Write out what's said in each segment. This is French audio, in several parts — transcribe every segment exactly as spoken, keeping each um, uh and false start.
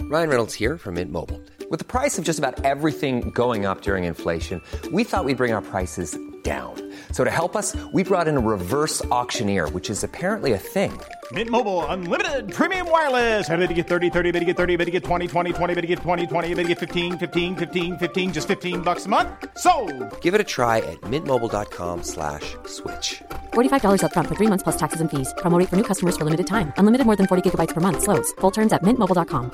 Ryan Reynolds here from Mint Mobile. With the price of just about everything going up during inflation, we thought we'd bring our prices down. So to help us, we brought in a reverse auctioneer, which is apparently a thing. Mint Mobile Unlimited Premium Wireless. How to get thirty, thirty, how to get thirty, how to get twenty, twenty, twenty, how to get twenty, twenty, how to get fifteen, fifteen, fifteen, fifteen, just fifteen bucks a month? Sold! Give it a try at mintmobile.com slash switch. forty-five dollars up front for three months plus taxes and fees. Promo rate for new customers for limited time. Unlimited more than forty gigabytes per month. Slows full terms at mint mobile dot com.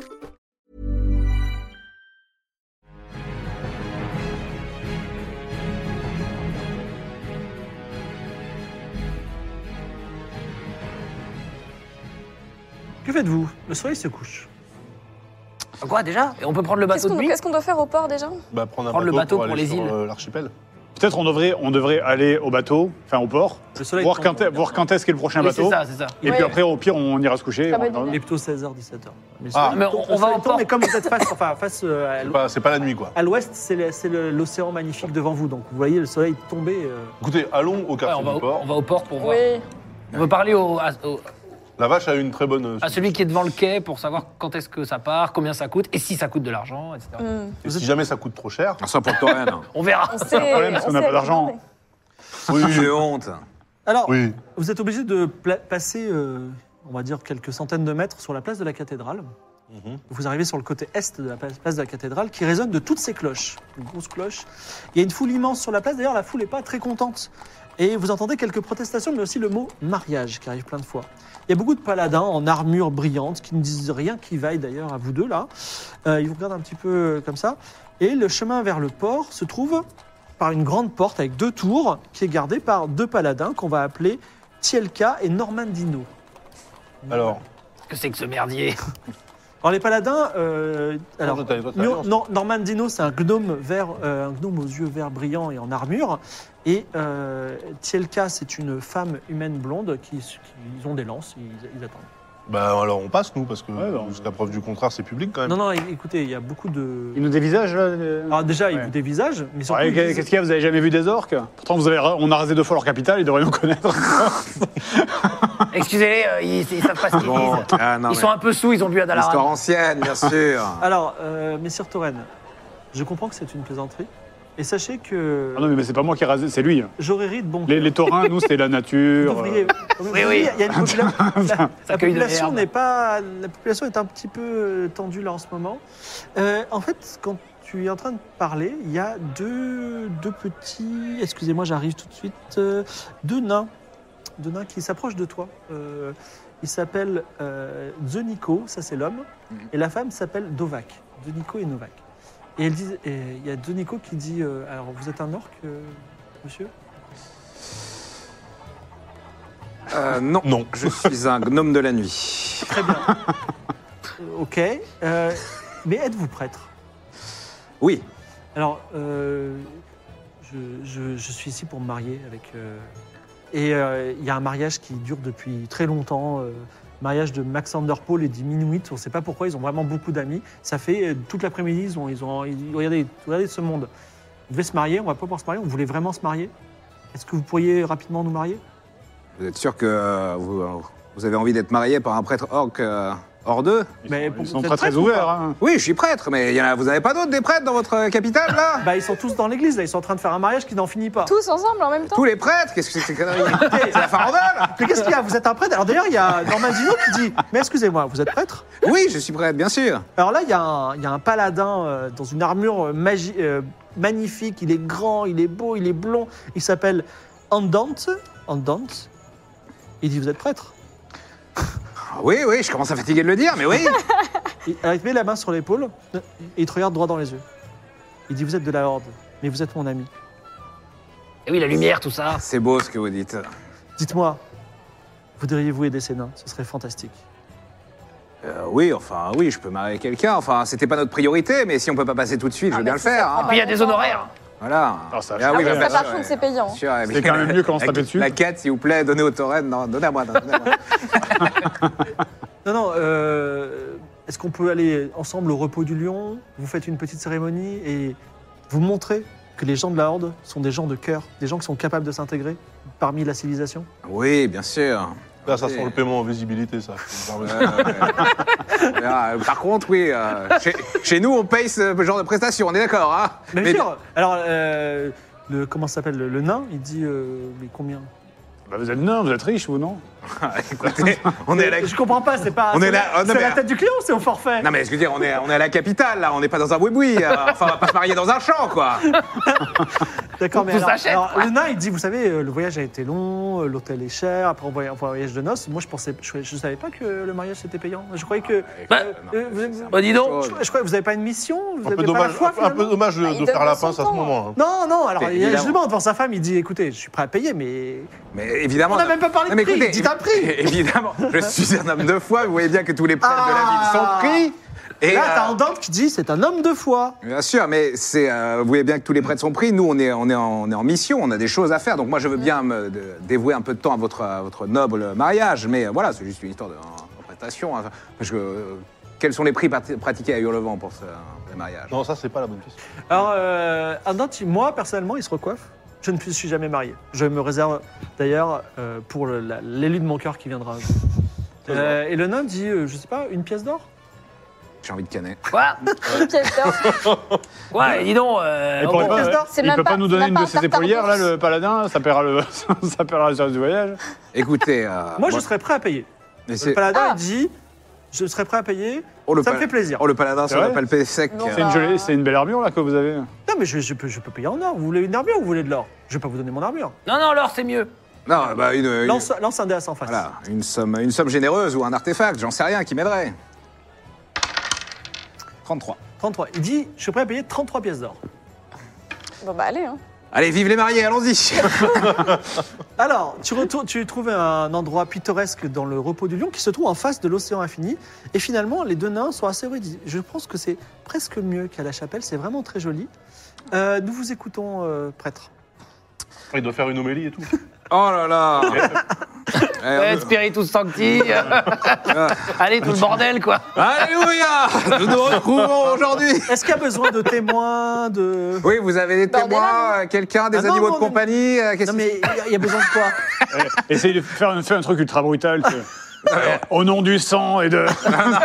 Que faites-vous? Le soleil se couche. Quoi déjà? Et on peut prendre le bateau Qu'est-ce de qu'on nuit? qu'est-ce qu'on doit faire au port déjà? Bah, prendre un Prendre le bateau, bateau pour, pour aller les sur, îles. euh, l'archipel. Peut-être on devrait, on devrait aller au bateau, enfin au port, Le soleil voir tombe. quand, est- voir quand est-ce qu'est le prochain Oui, c'est bateau. ça, c'est ça. Et Ouais. puis après, au pire, on ira se coucher. Très bonne On- idée. Il est plutôt seize heures, dix-sept heures. Mais, Ah. le Mais soleil on- tombe- on va le soleil au tombe, port. Mais comme vous êtes face, enfin, face euh, à C'est l'ou- pas, c'est pas la nuit, quoi. à l'ouest, c'est le- c'est le- l'océan magnifique devant vous. Donc vous voyez le soleil tomber. euh, Écoutez, allons au Ouais, quartier on, va du au, port. on va au port pour voir. Oui. On veut parler au, à, au- La vache a une très bonne... à celui qui est devant le quai pour savoir quand est-ce que ça part, combien ça coûte, et si ça coûte de l'argent, et cetera. Hmm. Et si jamais ça coûte trop cher... Ça pour toi, rien. On verra. On sait. problème, parce qu'on n'a pas d'argent. Oui, J'ai honte. Alors, oui. vous êtes obligé de pla- passer, euh, on va dire, quelques centaines de mètres sur la place de la cathédrale. Mhm. Vous arrivez sur le côté est de la place place de la cathédrale qui résonne de toutes ces cloches, une grosse cloche. Il y a une foule immense sur la place, d'ailleurs la foule n'est pas très contente. Et vous entendez quelques protestations, mais aussi le mot mariage qui arrive plein de fois. Il y a beaucoup de paladins en armure brillante qui ne disent rien qui vaille d'ailleurs à vous deux là. Euh, ils vous regardent un petit peu comme ça. Et le chemin vers le port se trouve par une grande porte avec deux tours qui est gardée par deux paladins qu'on va appeler Tielka et Normandino. Alors, Qu'est-ce que c'est que ce merdier? Alors les paladins, euh, alors, toi, t'as- toi, t'as Nor- l'alliance. Nor- Normandino c'est un gnome vert, euh, un gnome aux yeux verts brillants et en armure, et euh, Tielka c'est une femme humaine blonde qui, qui ils ont des lances, ils, ils attendent. bah, alors on passe, nous, parce que Ouais, bah, on- jusqu'à preuve du contraire, c'est public, quand même. Non non, é- écoutez, il y a beaucoup de. Il nous dévisage, là euh Alors déjà ils Ouais. vous dévisagent, mais surtout Ouais, ils Qu'est-ce disent- qu'il y a? Vous avez jamais vu des orques? Pourtant, vous avez, on a rasé deux fois leur capitale, ils devraient nous connaître. Excusez-les, euh, ils, ils savent pas ce qu'ils Bon, disent. ah, non, Ils mais- sont un peu sous, ils ont bu à Histoire Dalaran. ancienne, bien sûr. Alors euh, messire Tauren, je comprends que c'est une plaisanterie, et sachez que Ah non, mais c'est pas moi qui ai rasé, c'est lui. j'aurais ri de bon Les, cœur. les taurins, nous, c'était la Vous nature. devriez- Oui, oui. Il y a une popula- la, la cueille de population l'herbe. n'est pas, la population est un petit peu euh, tendue là en ce moment. Euh, en fait, quand tu es en train de parler, il y a deux, deux petits, excusez-moi, j'arrive tout de suite, euh, deux nains, deux nains qui s'approchent de toi. Euh, ils s'appellent euh, Zoniko, ça c'est l'homme, et la femme s'appelle Dovak. Zoniko et Novak. Et elle dit, et il y a Zoniko qui dit, euh, alors vous êtes un orc, euh, monsieur? Euh, non. Non. Je suis un gnome de la nuit. Très bien. Euh, ok. Euh, mais êtes-vous prêtre? Oui. Alors, euh, je, je- je suis ici pour me marier avec. euh, et euh, il y a un mariage qui dure depuis très longtemps. euh, mariage de Maxander Paul et d'Iminuit. On ne sait pas pourquoi, ils ont vraiment beaucoup d'amis. Ça fait euh, toute l'après-midi, ils ont, ils ont, ils- regardez, regardez ce monde. Vous devez se marier, on va pas pouvoir se marier, on voulait vraiment se marier. Est-ce que vous pourriez rapidement nous marier? Vous êtes sûr que euh, vous, euh, vous avez envie d'être marié par un prêtre orc euh, hors d'eux? Ils Mais sont, pour- ils sont vous êtes très très prêtre ou ouverts. pas Hein. Oui, je suis prêtre, mais il y en a, vous n'avez pas d'autres des prêtres dans votre capitale, là? Bah, ils sont tous dans l'église, là, ils sont en train de faire un mariage qui n'en finit pas. Tous ensemble en même temps? Tous les prêtres? Qu'est-ce que c'est que ces conneries? C'est la farandole? Mais qu'est-ce qu'il y a? Vous êtes un prêtre? Alors d'ailleurs, il y a Normandino qui dit « Mais excusez-moi, vous êtes prêtre ?» Oui, je suis prêtre, bien sûr. Alors là, il y a un, il y a un paladin euh, dans une armure magi- euh, magnifique. Il est grand, il est beau, il est blond. Il s'appelle Andante. Andante. Il dit, vous êtes prêtre? Ah oui, oui, je commence à fatiguer de le dire, mais oui. Il, alors, il te met la main sur l'épaule et il te regarde droit dans les yeux. Il dit, vous êtes de la Horde, mais vous êtes mon ami. Et oui, la lumière, tout ça. C'est beau ce que vous dites. Dites-moi, voudriez-vous aider ces nains? Ce serait fantastique. Euh, oui, enfin, oui, je peux marier quelqu'un. Enfin, c'était pas notre priorité, mais si on peut pas passer tout de suite, je veux bien le faire. hein. Puis il y a des honoraires. Voilà. Alors, ça, Ah oui, ça, bah, Ça, bien par sûr, contre, ouais. c'est payant. Bien sûr, C'est quand même mieux quand on se la- tape dessus. La quête, s'il vous plaît, donnez au Tauren. Non, donnez à moi. non, donnez à moi. Non, non, euh, est-ce qu'on peut aller ensemble au repos du lion? Vous faites une petite cérémonie et vous montrez que les gens de la Horde sont des gens de cœur, des gens qui sont capables de s'intégrer parmi la civilisation? Oui, bien sûr. Là, ça sent le paiement en visibilité, ça. Ouais, ouais. Euh, Par contre, oui, euh, chez, chez nous, on paye ce genre de prestations, on est d'accord, hein. Mais bien sûr. Alors, euh, le, comment ça s'appelle le, le nain, il dit euh, mais combien? Bah, vous êtes nain, vous êtes riche, vous, non? Écoutez, on est à la... Je comprends pas, c'est pas. On c'est est là- la, oh, non, c'est mais- la tête du client, c'est au forfait. Non mais je veux dire, on est, on est à la capitale, là, on n'est pas dans un boui-boui. euh, enfin, on va pas se marier dans un champ, quoi. D'accord, mais Tout alors, s'achète, alors, quoi. le nain, il dit, vous savez, euh, le voyage a été long, euh, l'hôtel est cher, après on voyage, on voyage de noces. Moi, je pensais, je, je savais pas que le mariage c'était payant. Je croyais que. Bah, euh, euh, vous- Bah, dis donc. je, je croyais que vous avez pas une mission, vous Un peu avez pas la dommage, foi, un peu finalement dommage de, Bah, de il faire donne la son pince à temps. ce moment. hein. Non, non, alors C'est il, évidemment. justement, devant sa femme, il dit, écoutez, je suis prêt à payer, mais. Mais évidemment... On n'a même pas parlé Non, de mais prix, écoutez, dites un prix. Évidemment, je suis un homme de foi, vous voyez bien que tous les prêtres de la ville Ah. sont pris. Et, Là, t'as euh, Andante qui dit, c'est un homme de foi. Bien sûr, mais c'est, euh, vous voyez bien que tous les prêtres sont pris. Nous, on est, on, est en, on est en mission, on a des choses à faire. Donc moi, je veux bien me de- dévouer un peu de temps à votre, à votre noble mariage. Mais euh, voilà, c'est juste une histoire de en- en prestation. hein. Parce que, euh, quels sont les prix prati- pratiqués à Hurlevent pour ce le mariage? Non, ça, c'est pas la bonne question. Alors, euh, Andante, il- moi, personnellement, il se recoiffe. Je ne suis jamais marié. Je me réserve, d'ailleurs, euh, pour le- la- l'élu de mon cœur qui viendra. Euh, et le nain dit, euh, je sais pas, une pièce d'or? J'ai envie de canner. Quoi Une pièce d'or. Ouais, dis donc. euh, Il oh, pourrait bon. pas, pièce d'or, c'est il même peut pas, pas- nous c'est donner même une pas de un ses tartare épaulières, là, bourse. le paladin, ça paiera le, ça paiera le service du voyage. Écoutez, euh, Moi, je serais prêt à payer. mais Le c'est- paladin, Ah. il dit, je serais prêt à payer. oh, le ça me pal- fait plaisir. Oh, le paladin C'est sur le vrai palpé sec. Non. C'est une, jolie- c'est une belle armure, là, que vous avez. Non, mais je, je peux, je peux payer en or. Vous voulez une armure ou vous voulez de l'or? Je vais pas vous donner mon armure. Non, non, l'or, c'est mieux. Non, bah une, une- Lance, lance un dé à cent faces. voilà, une somme, une somme généreuse ou un artefact, j'en sais rien, qui m'aiderait. trente-trois. trente-trois. Il dit, je suis prêt à payer trente-trois pièces d'or. Bon, bah, allez, hein. Allez, vive les mariés, allons-y. Alors, tu, retournes, tu trouves un endroit pittoresque dans le repos du lion qui se trouve en face de l'océan infini. Et finalement, les deux nains sont assez érudits. Je pense que c'est presque mieux qu'à la chapelle. C'est vraiment très joli. Euh, nous vous écoutons, euh, prêtre. Il doit faire une homélie et tout. Oh là là. Eh, Ouais, on- Spiritus Sancti. Allez, tout le bordel, quoi. Alléluia. Nous nous retrouvons aujourd'hui. Est-ce qu'il y a besoin de témoins de... Oui, vous avez des Bordel, témoins, euh, quelqu'un, des Ah non, animaux non, de non, compagnie euh, qu'est-ce Non, qui- mais il y a- il y a besoin de quoi? Eh, Essayez de faire un, faire un truc ultra brutal. que- Au nom du sang et de.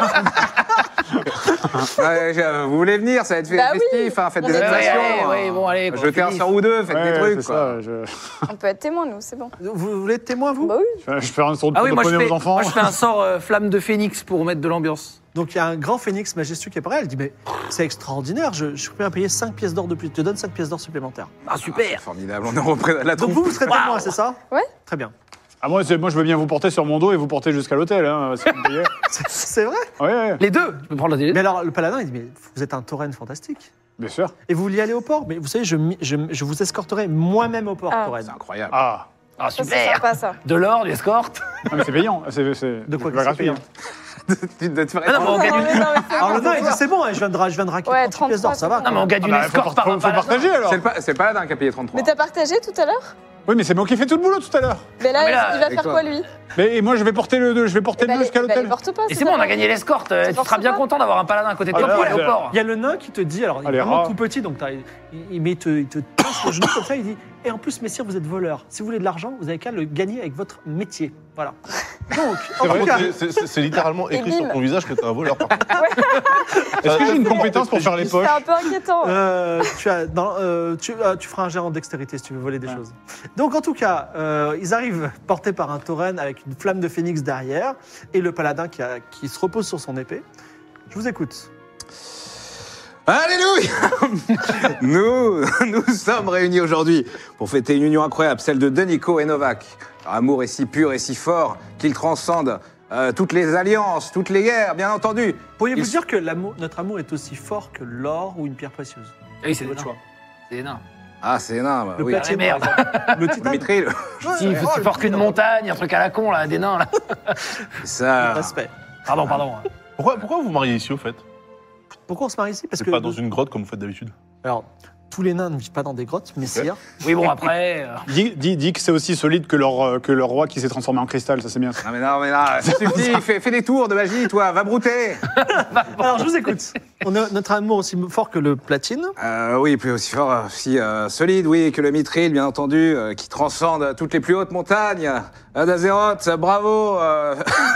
Ouais, je- vous voulez venir, ça va être Bah oui. festif, hein, faites On des est Ouais, prêts. animations. ouais, ouais, bon, allez. qu'on Jetez un finisse. sort ou deux, faites Ouais, des trucs. c'est quoi. ça, je... On peut être témoin, nous, c'est bon. Vous voulez être témoin, vous? Bah oui. je vais faire un sort de Ah oui, moi je, prenez fais, vos enfants. moi je fais un sort euh, flamme de phénix pour mettre de l'ambiance. Donc il y a un grand phénix majestueux qui apparaît. Elle dit, mais c'est extraordinaire, je, je suis prêt à payer cinq pièces d'or de plus. Je te donne cinq pièces d'or supplémentaires. Ah, super. Formidable, on est repris la Donc troupe. vous, vous serez témoin, Waouh. c'est ça? Ouais. Très bien. Ah, moi, c'est- moi, je veux bien vous porter sur mon dos et vous porter jusqu'à l'hôtel. Hein, si vous me payez. C'est- C'est vrai? Ouais, ouais, Les deux. Tu peux prendre les deux. Mais alors, le paladin, il dit, mais vous êtes un tauren fantastique. bien sûr. Et vous vouliez aller au port? Mais vous savez, je, mi- je, je vous escorterai moi-même au port, Ah. tauren. C'est incroyable. Ah, Ah, Ça, c'est super. sympa, ça. De l'or, du escorte. non, mais c'est payant. C'est, c'est, De quoi c'est pas que c'est gratuit. payant? Tu dois te faire Ah non, mais on Non, gagne non, une- mais non, mais c'est Alors bon, le nain, c'est il dit, bon. c'est bon, hein, je viens de, je viens de raquer Ouais, trente pièces d'or, ça va. Non, mais on gagne Ah une bah, faut, escorte par faut- un faut paladin. partager alors. C'est le, pa- c'est le paladin qui a payé trente-trois. Mais t'as partagé tout à l'heure? Oui, mais c'est moi qui ai fait tout le boulot tout à l'heure. Mais là, mais là, il va avec faire toi. quoi, lui? Mais et moi, je vais porter le, je vais porter Eh ben, le jusqu'à eh ben, l'hôtel. il porte pas. Et c'est bon, on a gagné l'escorte. euh, Tu portes seras bien pas. content d'avoir un paladin à côté de Ah, toi là, pour aller là. au port. Il y a le nain qui te dit, alors il est Allez, vraiment rat. tout petit, donc t'as- il, il, mais il te, il te pince le genou comme ça, il dit, et en plus, messieurs, vous êtes voleurs. Si vous voulez de l'argent, vous avez qu'à le gagner avec votre métier. Voilà. Donc, en Par tout contre, cas, c'est- c'est c'est littéralement Et écrit sur bim. ton visage que t'es un voleur. par contre. Est-ce que j'ai une compétence pour faire les poches? C'est un peu inquiétant. Euh, tu, as, dans, euh, tu, euh, tu feras un gérant de dextérité si tu veux voler des Ouais. choses. Donc en tout cas, euh, ils arrivent portés par un tauren avec une flamme de phénix derrière et le paladin qui, a- qui se repose sur son épée. Je vous écoute. Alléluia. Nous, nous sommes réunis aujourd'hui pour fêter une union incroyable, celle de Denico et Novak. Leur amour est si pur et si fort qu'il transcende euh, toutes les alliances, toutes les guerres, bien entendu. Pourriez-vous Ils- dire que l'amour- notre amour est aussi fort que l'or ou une pierre précieuse? Oui, c'est des Votre nains. choix. C'est des nains. Ah, c'est énorme. bah Le oui. platine, Ah, merde. par exemple. Le titane. Dimitri, le- Ouais, Si, ouais, c'est oh, le fort qu'une titane. montagne, un truc à la con, là, des nains, là. ça. Respect. Pardon, pardon. Pourquoi, pourquoi vous vous mariez ici, au fait? Pourquoi on se marie ici? Parce C'est que pas dans une grotte comme vous faites d'habitude. alors tous les nains ne vivent pas dans des grottes, messire. Oui, bon, après. euh, Dis, dis, dis que c'est aussi solide que leur, euh, que leur roi qui s'est transformé en cristal, ça c'est bien. ça. Non mais non, mais non, ça suffit, fais, fais des tours de magie, toi, va brouter. Alors je vous écoute. On a notre amour aussi fort que le platine. Euh, oui, puis aussi fort, euh, aussi euh, solide, oui, que le mithril, bien entendu, euh, qui transcende toutes les plus hautes montagnes. Euh, D'Azeroth, euh, bravo. euh.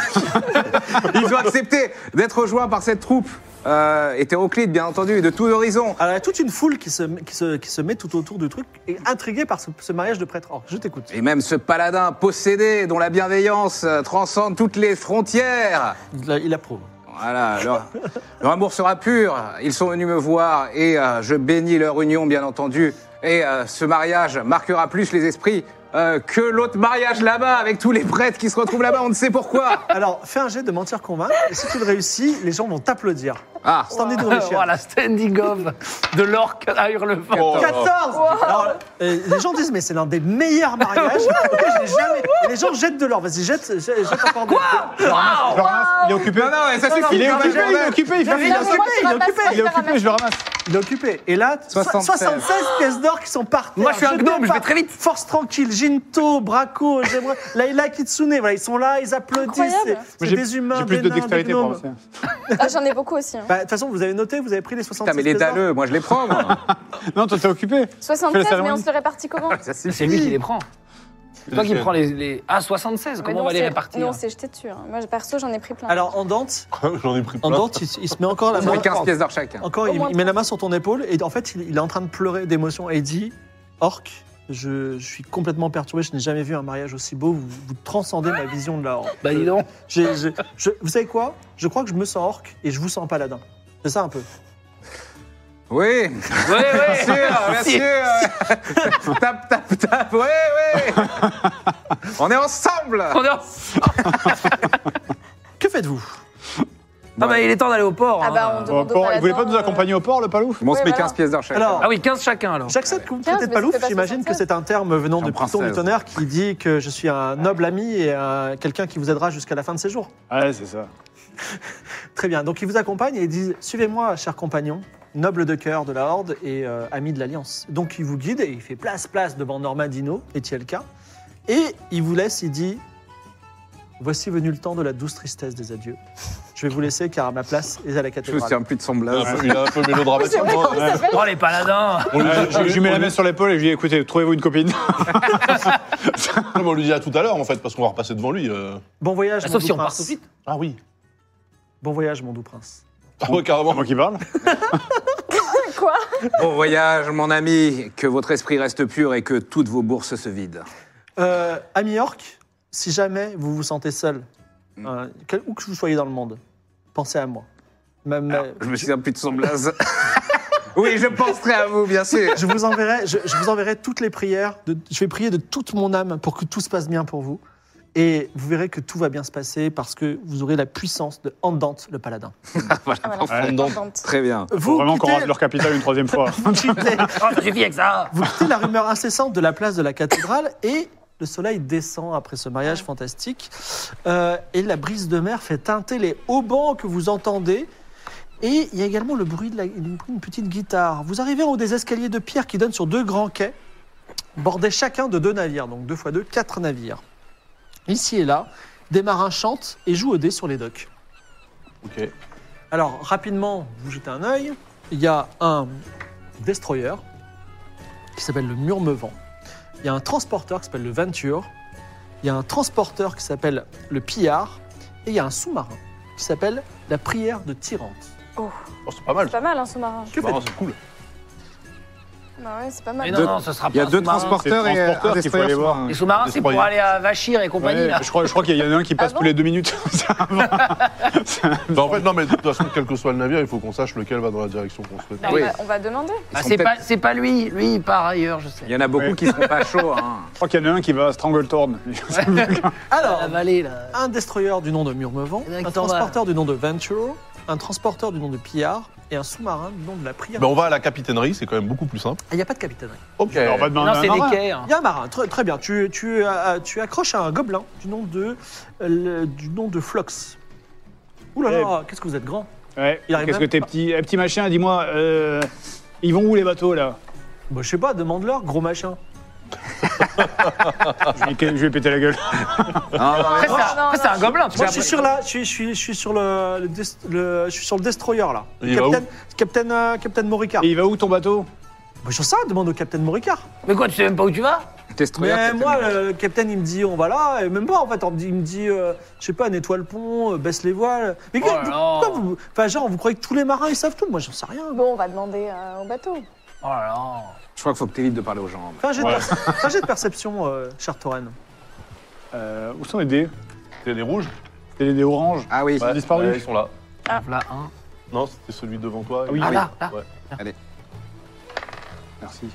Ils ont accepté d'être rejoints par cette troupe euh, hétéroclite, bien entendu, de tout l'horizon. Alors, il y a toute une foule qui se, qui se, qui se met tout autour du truc et intriguée par ce, ce mariage de prêtre orc. Je t'écoute. Et même ce paladin possédé, dont la bienveillance euh, transcende toutes les frontières. Il, il approuve. Voilà, leur, leur amour sera pur. Ils sont venus me voir et euh, je bénis leur union, bien entendu. Et euh, ce mariage marquera plus les esprits euh, que l'autre mariage là-bas, avec tous les prêtres qui se retrouvent là-bas, on ne sait pourquoi. Alors, fais un jet de mentir convaincre et si tu le réussis, les gens vont t'applaudir. Ah, C'est un dé de réussir. Voilà, standing off de l'orque à Hurlevent. Oh. quatorze Alors, euh, les gens disent, mais c'est l'un des meilleurs mariages. Ok, je l'ai jamais. Et les gens jettent de l'or. Vas-y, jette, jette, jette encore Quoi Je le ramasse, il est occupé. non, non, mais ça Non, non, suffit. Il est non, occupé, non, il est occupé, il fait Il est rien. occupé, il est occupé. Il est occupé, je le ramasse. Il est occupé. Et là, soixante-seize. soixante-seize pièces d'or qui sont par terre. Moi, je suis un jetées gnome, je par vais très vite. Force tranquille, Jinto, Braco, j'aimerais- Layla, Kitsune, voilà, ils sont là, ils applaudissent. Incroyable. C'est c'est J'ai- des humains, J'ai plus des de nains, des dextérité pour gnomes. avancer. Ah, j'en ai beaucoup aussi. hein. Bah, de toute façon, vous avez noté, vous avez pris les soixante-seize Putain, mais les pièces d'or. dalleux, moi je les prends, moi. Non, toi, t'es occupé. Fais soixante-seize, la mais on cérémonie. se le répartit comment? Ça suffit. C'est lui qui les prend. C'est toi qui Lesquels prends les, les... Ah, soixante-seize, Mais comment nous, on va les s'est- répartir Nous, on s'est jeté dessus. hein. Moi, perso, j'en ai pris plein. Alors, en Dante, J'en ai pris en plein. Dante il, il se met encore la On main. met quinze pièces d'or chacun. Encore, Au il, moins il met la main sur ton épaule et en fait, il, il est en train de pleurer d'émotion et il dit Orc, je, je suis complètement perturbé, je n'ai jamais vu un mariage aussi beau, vous, vous transcendez ma vision de la horde. Bah, dis donc. J'ai- j'ai- je- vous savez quoi? Je crois que je me sens orc et je vous sens paladin. C'est ça un peu. Oui, Ouais, ouais. bien sûr, bien sûr. Tap, tap, tap, oui, oui. On est ensemble. On est en- Que faites-vous? Ah, bah, il est temps d'aller au port. Ah, bah, hein. on Bon, demande au port, il voulait pas paladin, nous accompagner au port, le palouf? Bon, on se Ouais, met voilà. quinze pièces d'or chacun. Alors, Ah oui, quinze chacun alors. j'accepte que vous me quinze, traitez de mais palouf, c'était pas j'imagine que soixante-seize. c'est un terme venant de J'en prends Python du seize. tonnerre qui dit que je suis un noble ami et un- quelqu'un qui vous aidera jusqu'à la fin de ses jours. Ouais, c'est ça. Très bien, donc il vous accompagne et il dit « Suivez-moi, cher compagnon, noble de cœur de la Horde et euh, ami de l'Alliance. » Donc il vous guide et il fait place, place devant Normadino et Tielka. Et il vous laisse, il dit « Voici venu le temps de la douce tristesse des adieux. Je vais vous laisser car ma place est à la Je me cathédrale. souviens plus de son Il blaze. a un peu- il a un peu mélodramatique. C'est vrai, moi. comment il s'appelle Oh, les paladins. On lui- Ouais, on je, lui- je lui mets on la lui- main sur l'épaule et je lui dis écoutez, trouvez-vous une copine. Non, mais on lui dit à tout à l'heure, en fait, parce qu'on va repasser devant lui. euh. Bon voyage, Ah, mon sauf doux si on part prince. tout de suite. Ah oui. Bon voyage, mon doux prince. Ah ouais, carrément. C'est moi qui parle. Quoi? Bon voyage, mon ami, que votre esprit reste pur et que toutes vos bourses se vident. Euh, ami Orc, si jamais vous vous sentez seul, euh, quel- où que vous soyez dans le monde, pensez à moi. Même, euh, Je me souviens plus de son blaze. Oui, je penserai à vous, bien sûr. Je vous enverrai, je, je vous enverrai toutes les prières. De, je vais prier de toute mon âme pour que tout se passe bien pour vous. Et vous verrez que tout va bien se passer parce que vous aurez la puissance de Andante, le paladin. Ah, voilà. Fondant. Contente. Très bien. Faut Vous vraiment qu'on quittez, rate leur capitale une troisième fois. vous, quittez, Oh, ça suffit avec ça. vous quittez la rumeur incessante de la place de la cathédrale et le soleil descend après ce mariage fantastique. Euh, et la brise de mer fait teinter les haubans que vous entendez. Et il y a également le bruit de la, une, une petite guitare. Vous arrivez en haut des escaliers de pierre qui donnent sur deux grands quais, bordés chacun de deux navires, donc deux fois deux, quatre navires. Ici et là, des marins chantent et jouent au dé sur les docks. Ok. Alors, rapidement, vous jetez un œil. Il y a un destroyer qui s'appelle le Murmevent. Il y a un transporteur qui s'appelle le Venture. Il y a un transporteur qui s'appelle le Pillard. Et il y a un sous-marin qui s'appelle la Prière de Tyrante. Oh, c'est pas mal. C'est pas mal, un sous-marin. Que Marrant, faites-vous c'est cool. Bah ouais, c'est pas mal. Mais non, non, ce sera pas Il y a un deux sous-marin. transporteurs C'est et le un transporteur qu'il faut destroyer aller voir. sous-marin. Les sous-marins, c'est pour Destroyer. aller à Vachir et compagnie. Ouais, là. je crois, je crois qu'il y en a un qui passe Ah bon tous les deux minutes. C'est un vent. Bah, en fait, non, mais de toute façon, quel que soit le navire, il faut qu'on sache lequel va dans la direction qu'on souhaite. On, Oui. va, on va demander. Ah, sont c'est peut-être- pas, c'est pas lui. Lui, il part ailleurs, je sais. Il y en a beaucoup Ouais. qui seront pas chauds. Hein. Je crois qu'il y en a un qui va à Strangletorn. Alors, La vallée, là. un destroyer du nom de Murmevent, Il y en a qui un s'en transporteur du nom de Venture, un transporteur du nom de Pillard et un sous-marin du nom de la Prière. Bah, on va à la capitainerie, c'est quand même beaucoup plus simple. Il n'y a pas de capitainerie. Ok. Alors, on va demander Non, à c'est un des marin. quais. hein. Il y a un marin, très, très bien. Tu, tu, euh, tu accroches à un gobelin du nom de, euh, le- du nom de Flox. Ouh là là, qu'est-ce que vous êtes grand. Ouais. Il arrive Qu'est-ce que même tes pas. petits, eh, petits machins, dis-moi, euh, ils vont où les bateaux là? Bah, je sais pas, demande-leur, gros machin. Je lui ai- je lui ai pété la gueule. Non, non, Après, mais- c'est un, après, c'est un gobelin. tu Moi, vois. je suis sur la, je suis, je suis, je suis sur le, le, des- le- je suis sur le destroyer là. Il va Captain, Captain, euh, Captain Moricard. Et il va où ton bateau? Bah, je sais, demande au Captain Moricard. Mais quoi, tu sais même pas où tu vas? Destroyer, Mais Captain moi, Morgan. le Captain, il me dit, on va là, et même pas en fait, on me dit- il me dit, euh, je sais pas, nettoie le pont, euh, baisse les voiles. Mais Oh là vous- là. pourquoi vous, enfin genre, vous croyez que tous les marins ils savent tout? Moi, j'en sais rien. Bon, on va demander euh, au bateau. Oh là là. Je crois qu'il faut que tu évites de parler aux gens. Fais un jet de, Ouais. per- fais un jet de perception, euh, cher Tauren. Euh, Où sont les dés? C'est les rouges? C'est les dés oranges. Ah oui. Ouais, disparu. ouais, ils sont là. Là, un. Non, c'était celui devant toi. Ah oui, Ah oui. là, là. Ouais. Merci.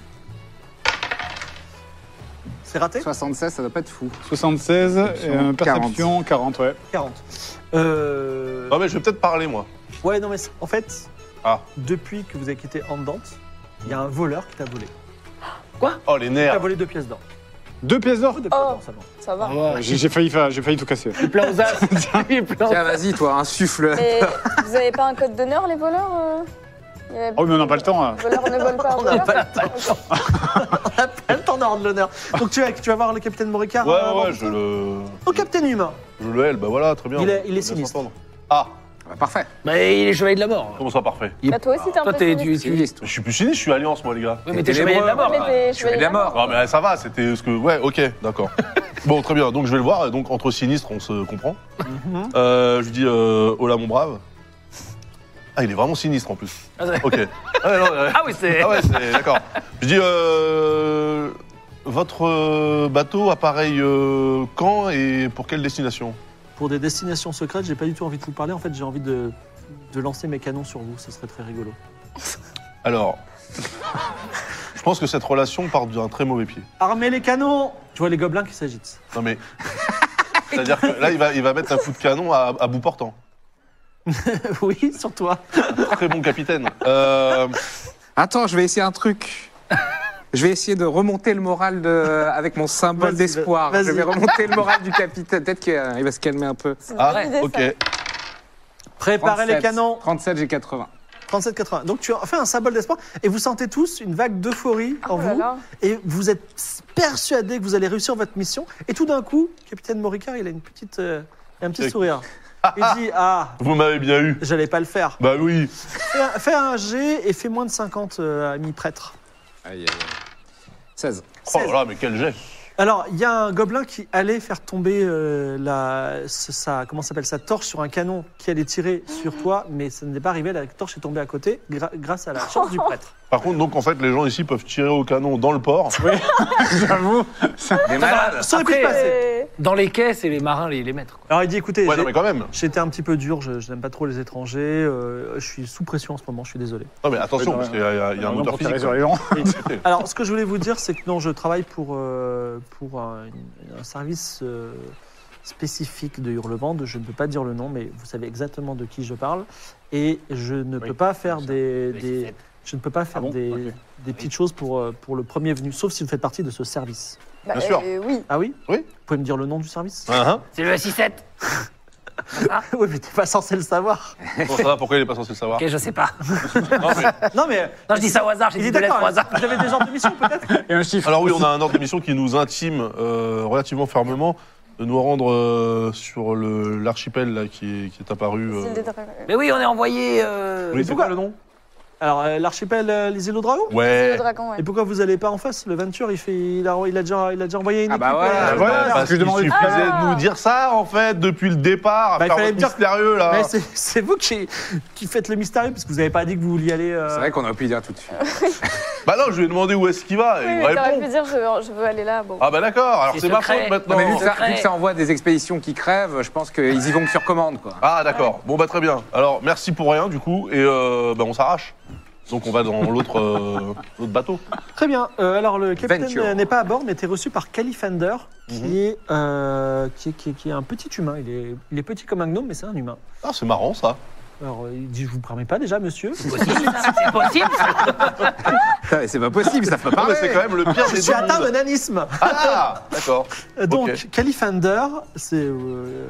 C'est raté? soixante-seize, ça doit pas être fou. soixante-seize, euh, perception, quarante, ouais. quarante. Euh... Non, mais je vais peut-être parler, moi. Ouais, non, mais c'est- en fait, Ah. depuis que vous avez quitté Andante, il y a un voleur qui t'a volé. Oh, les Il t'a nerfs. volé deux pièces d'or. Deux pièces d'or? Deux pièces Oh. d'or seulement. Ça va. Ah ouais. J'ai j'ai failli, faire- j'ai failli tout casser. Il est plein aux as. Il est plein aux Tiens, as. vas-y, toi, insuffle. Mais vous avez pas un code d'honneur, les voleurs euh Il y a- Oh, mais on n'a pas le temps, là. Les voleurs ne volent pas. On n'a voleurs. pas le temps. On n'a pas le temps d'avoir de l'honneur. Donc tu vas, tu vas voir le capitaine Moricard. Ouais, euh, ouais, avant ouais, tout je le. Au capitaine humain. Je le hèle, bah voilà, très bien. Il est- il est Laisse sinistre. entendre. Ah, Bah, parfait. Mais il est chevalier de la mort. comment ça, parfait? Il est- Bah, toi aussi, t'es un Toi, peu t'es du. sinistre. tu- Sinistre. Je suis plus sinistre, je suis alliance, moi, les gars. Oui, mais t'es T'es chevalier de la ténébreux. mort. Mais là. t'es chevalier de la mort. Non, mais ça va, c'était ce que. Ouais, ok, d'accord. Bon, très bien, donc je vais le voir, et donc entre sinistres, on se comprend. Euh, je lui dis, euh, hola, mon brave. Ah, il est vraiment sinistre en plus. Ah, c'est- Ok. Ah, non, ouais. Ah oui, c'est. Ah ouais, c'est d'accord. Je dis, euh, votre euh, bateau appareille euh, quand et pour quelle destination? Pour des destinations secrètes, j'ai pas du tout envie de vous parler. En fait, j'ai envie de, de lancer mes canons sur vous. Ça serait très rigolo. Alors, je pense que cette relation part d'un très mauvais pied. Armez les canons. Tu vois les gobelins qui s'agitent. Non mais, c'est-à-dire que là, il va, il va mettre un coup de canon à, à bout portant. Oui, sur toi. Très bon capitaine. Euh, Attends, je vais essayer un truc. Je vais essayer de remonter le moral de... avec mon symbole Vas-y, d'espoir. vas-y. Je vais remonter le moral du capitaine. Peut-être qu'il va se calmer un peu. C'est une ah, bonne idée, ok. ça. Préparez les trente-sept. canons. trente-sept, j'ai quatre-vingts. trente-sept quatre-vingts. Donc tu as fait un symbole d'espoir et vous sentez tous une vague d'euphorie en Oh là vous. là. Et vous êtes persuadé que vous allez réussir votre mission. Et tout d'un coup, capitaine Moricard, il a une petite, euh, il a un petit Et- sourire. Il dit ah, Vous m'avez bien eu. j'allais pas le faire. Bah oui. Fais un, fais un G et fais moins de cinquante euh, amis prêtres. Aïe, aïe, aïe. seize. Oh là là, mais quel jet. Alors, il y a un gobelin qui allait faire tomber euh, la, ce- sa, comment ça s'appelle, sa torche sur un canon qui allait tirer sur toi, mais ça n'est pas arrivé. La torche est tombée à côté gra- grâce à la chance du prêtre. Par contre, donc en fait, les gens ici peuvent tirer au canon dans le port. J'avoue. Des malades. Ça aurait pu se Après, passer. Et- Dans les quais, c'est les marins, les, les maîtres. Quoi. Alors il dit écoutez, Ouais, j'ai- non, mais quand même. j'étais un petit peu dur, je, je n'aime pas trop les étrangers, euh, je suis sous pression en ce moment, je suis désolé. Non, mais attention, Ouais, parce non, qu'il y a, il y a- il y a un Non, moteur pour tirer physique. sur les gens. Alors ce que je voulais vous dire, c'est que non, je travaille pour, euh, pour un, un service euh, spécifique de Hurlevande, je ne peux pas dire le nom, mais vous savez exactement de qui je parle, et je ne peux Oui, pas faire bien sûr. des... Oui, des- c'est- je ne peux pas faire Ah bon des, Ok. des petites choses pour, euh, pour le premier venu, sauf si vous faites partie de ce service. Bah, Bien sûr. euh, oui. Ah oui Oui. Vous pouvez me dire le nom du service Hein, C'est le S I sept. Oui, mais t'es pas censé le savoir. hein. Bon, ça va, pourquoi il est pas censé le savoir? Ok, je sais pas. Non, mais- Non mais... Non, je dis ça au hasard, j'ai Il dit est deux lettres d'accord, au hasard. vous avez des ordres de mission peut-être? Et un chiffre. Alors oui, on a un ordre d'émission qui nous intime euh, relativement fermement de nous rendre euh, sur le- l'archipel là, qui, est, qui est apparu. euh, S'il des dragons. Mais oui, on est envoyé. euh, Oui, c'est pourquoi quoi le nom? Alors, euh, l'archipel euh, les îles aux dragons C'est Ouais. le dragon, ouais. Et pourquoi vous allez pas en face? Le Venture, il, fait, il, a, il, a, déjà, il a déjà envoyé une Ah bah équipe. voilà, euh, bah voilà, voilà. c'est Parce ce que je qu'il demandais tout à suffisait l'heure. de nous dire ça, en fait, depuis le départ, à Bah, il faire fallait votre me dire- mystérieux, là. Mais c'est- c'est vous qui, qui faites le mystérieux, parce que vous n'avez pas dit que vous vouliez aller... euh, C'est vrai qu'on aurait pu dire tout de suite. Bah non, je lui ai demandé où est-ce qu'il va, et Oui, il mais me t'aurais répond. pu dire je, je veux aller là. Bon. Ah bah d'accord, alors C'est c'est ma secret. faute maintenant. Non, mais vu que, ça, secret. vu que ça envoie des expéditions qui crèvent, je pense qu'ils y vont que sur commande, quoi. Ah d'accord, bon bah très bien. Alors merci pour rien du coup, et euh, bah on s'arrache. Donc on va dans l'autre euh, l'autre bateau. Très bien. Euh, alors, le capitaine Venture. euh, n'est pas à bord, mais était reçu par Califander, qui, Mhm. est, euh, qui, est, qui, est, qui est un petit humain. Il est, il est petit comme un gnome, mais c'est un humain. Ah c'est marrant ça. Alors, euh, il dit, je vous permets pas déjà, monsieur. C'est possible, ça C'est possible, ça Putain, mais C'est pas possible, ça peut Non parler. mais c'est quand même le pire Je des suis deux atteint de mondes. nanisme. Ah d'accord. Euh, Donc, Ok. Califander, c'est euh,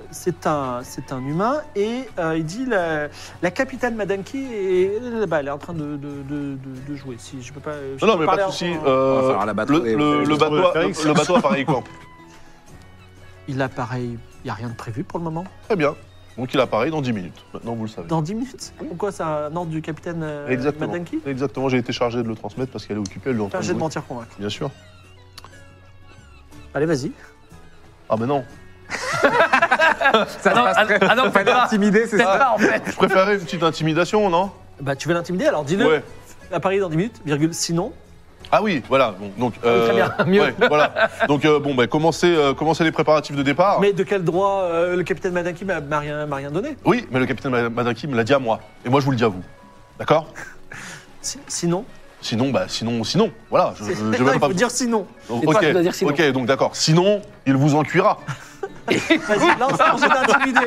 c'est un, c'est un humain et euh, il dit la, la capitaine Madanki est là-bas, elle est en train de, de, de, de, de jouer. Si je peux pas. Je Non, non, peux mais pas parler de en- souci. en- euh, On va falloir la battre. le, le, le bateau, a- Félix. le, le bateau apparaît quand Il apparaît, il n'y a rien de prévu pour le moment. Très bien. Donc il apparaît dans dix minutes. Maintenant, vous le savez. Dans dix minutes. Pourquoi c'est un ordre du capitaine euh, Exactement. Madanki? Exactement, j'ai été chargé de le transmettre parce qu'elle est occupée, elle est en train Faire de jet de jouer. mentir convaincre. Bien sûr. Allez, vas-y. Ah mais non. Ça se non, passe ah, très... ah non, Fallait pas. intimider, c'est Peut-être ça pas en fait. Je préférais une petite intimidation, non? Bah, tu veux l'intimider, alors dis-le. Ouais. Apparaît dans dix minutes, virgule, sinon. Ah oui, voilà. Donc, donc, euh, très bien, mieux. ouais, voilà. Donc euh, bon, bah, commencez, euh, commencez les préparatifs de départ. Mais de quel droit euh, le capitaine Madanki m'a m'a rien, m'a rien donné? Oui, mais le capitaine Madanki me l'a dit à moi. Et moi, je vous le dis à vous. D'accord? Si- Sinon. Sinon, bah, sinon, sinon. Voilà. Je, C'est- je, Non, je vais il même pas. faut dire sinon. Donc, Et toi, ok, tu dois dire sinon. ok, donc d'accord. Sinon, il vous en cuira. Vas-y, lance un jet d'intimidé.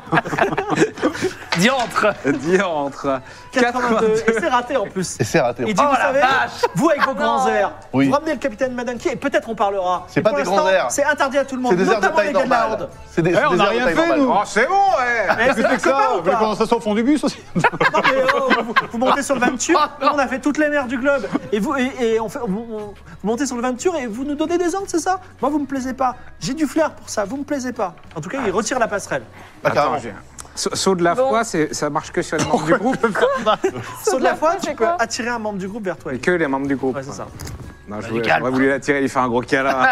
Diantre. Diantre. quatre-vingt-deux. Et c'est raté en plus. Et c'est raté. Il dit, Oh vous la savez, vache. vous avec vos grands airs, Oui. vous ramenez le capitaine Madanki et peut-être on parlera. C'est Mais pas pour des l'instant, grands airs. C'est interdit à tout le monde, C'est des airs de notamment taille les gars de la normale. Horde. C'est des, Eh, c'est on des n'a airs de rien taille fait, normale. nous. Oh, c'est bon, ouais. Eh, Qu'est-ce que c'est que copains ça ou Vous voulez pas? qu'on s'assoie au fond du bus aussi Non, mais oh, vous, vous montez sur le Venture, nous, on a fait toutes les mers du globe. Et vous, et, et on fait, on- on- vous montez sur le Venture et vous nous donnez des ordres, c'est ça? Moi, vous me plaisez pas. J'ai du flair pour ça, vous me plaisez pas. En tout cas, il retire la passerelle. Ah, carrément. Attends, j'ai- Sa- Saut de la Bon. foi, c'est- ça marche que sur les membres du groupe. Saut de la foi, c'est tu peux quoi attirer un membre du groupe vers toi. Et que les membres du groupe. Ouais, c'est ça. Non, je Vas-y, voulais- calme. j'aurais voulu l'attirer et lui faire un gros câlin.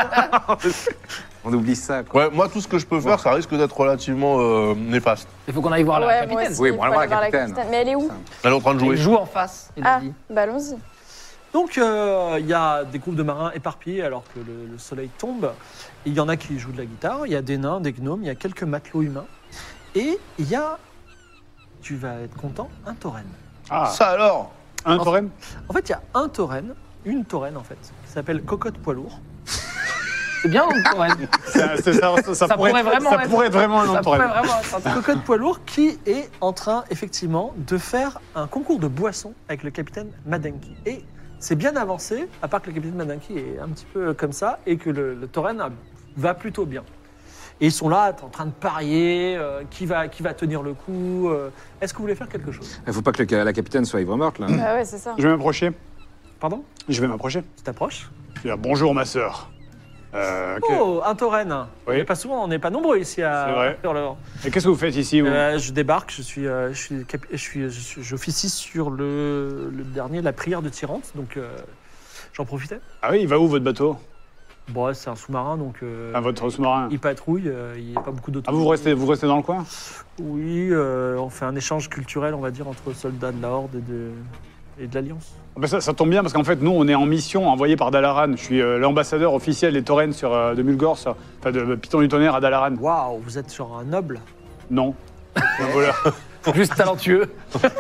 On oublie ça, quoi. Ouais, moi, tout ce que je peux faire, ça risque d'être relativement euh, néfaste. Il faut qu'on aille voir la Ouais, moi capitaine. aussi. Oui, il bon, faut on va voir aller la voir capitaine. Mais elle est où? Elle est en train de Il jouer. joue en face. Il a Ah, dit. bah allons-y. Donc, euh, il y a des groupes de marins éparpillés alors que le, le soleil tombe. Il y en a qui jouent de la guitare, il y a des nains, des gnomes, il y a quelques matelots humains. Et il y a, tu vas être content, un tauren. Ah, Ça alors? un tauren. En fait, il y a un tauren, une tauren en fait, qui s'appelle Cocotte Poids Lourd. C'est bien, ouais. Ça, ça- ça- ça Ça pourrait pourrait être- vraiment ça être- pourrait être vraiment un nom Ça de pourrait tauren. vraiment être un truc. Cocotte Poids Lourd qui est en train effectivement de faire un concours de boissons avec le capitaine Madanki. Et c'est bien avancé, à part que le capitaine Madanki est un petit peu comme ça et que le, le tauren a- va plutôt bien. Et ils sont là, en train de parier, euh, qui, va, qui va tenir le coup. euh. Est-ce que vous voulez faire quelque chose? Il faut pas que le- la capitaine soit ivre morte, là. Bah ouais, c'est ça. Je vais m'approcher. Pardon? Je vais m'approcher. Tu t'approches? Je vais dire bonjour, ma sœur. Euh, ok. Oh, un tauren. Oui. On n'est pas souvent, on n'est pas nombreux ici à C'est vrai. faire le... Et qu'est-ce que vous faites ici vous Euh, je débarque, je suis, euh, je suis, cap- je suis, je suis- j'officie sur le, le dernier, la prière de Tyrante, donc euh, j'en profitais. Ah oui, il va où votre bateau? Bon, ouais, c'est un sous-marin, donc euh, Ah, votre sous-marin. il patrouille, euh, il n'y a pas beaucoup d'auto. Ah, vous restez, vous restez dans le coin? Oui, euh, on fait un échange culturel, on va dire, entre soldats de la Horde et de, et de l'Alliance. Ah ben ça, ça tombe bien parce qu'en fait, nous, on est en mission envoyée par Dalaran. Je suis euh, l'ambassadeur officiel des taurennes sur, euh, de Mulgore, sur- enfin de Python du Tonnerre à Dalaran. Waouh, vous êtes sur un noble. Non. Un voleur. Juste talentueux.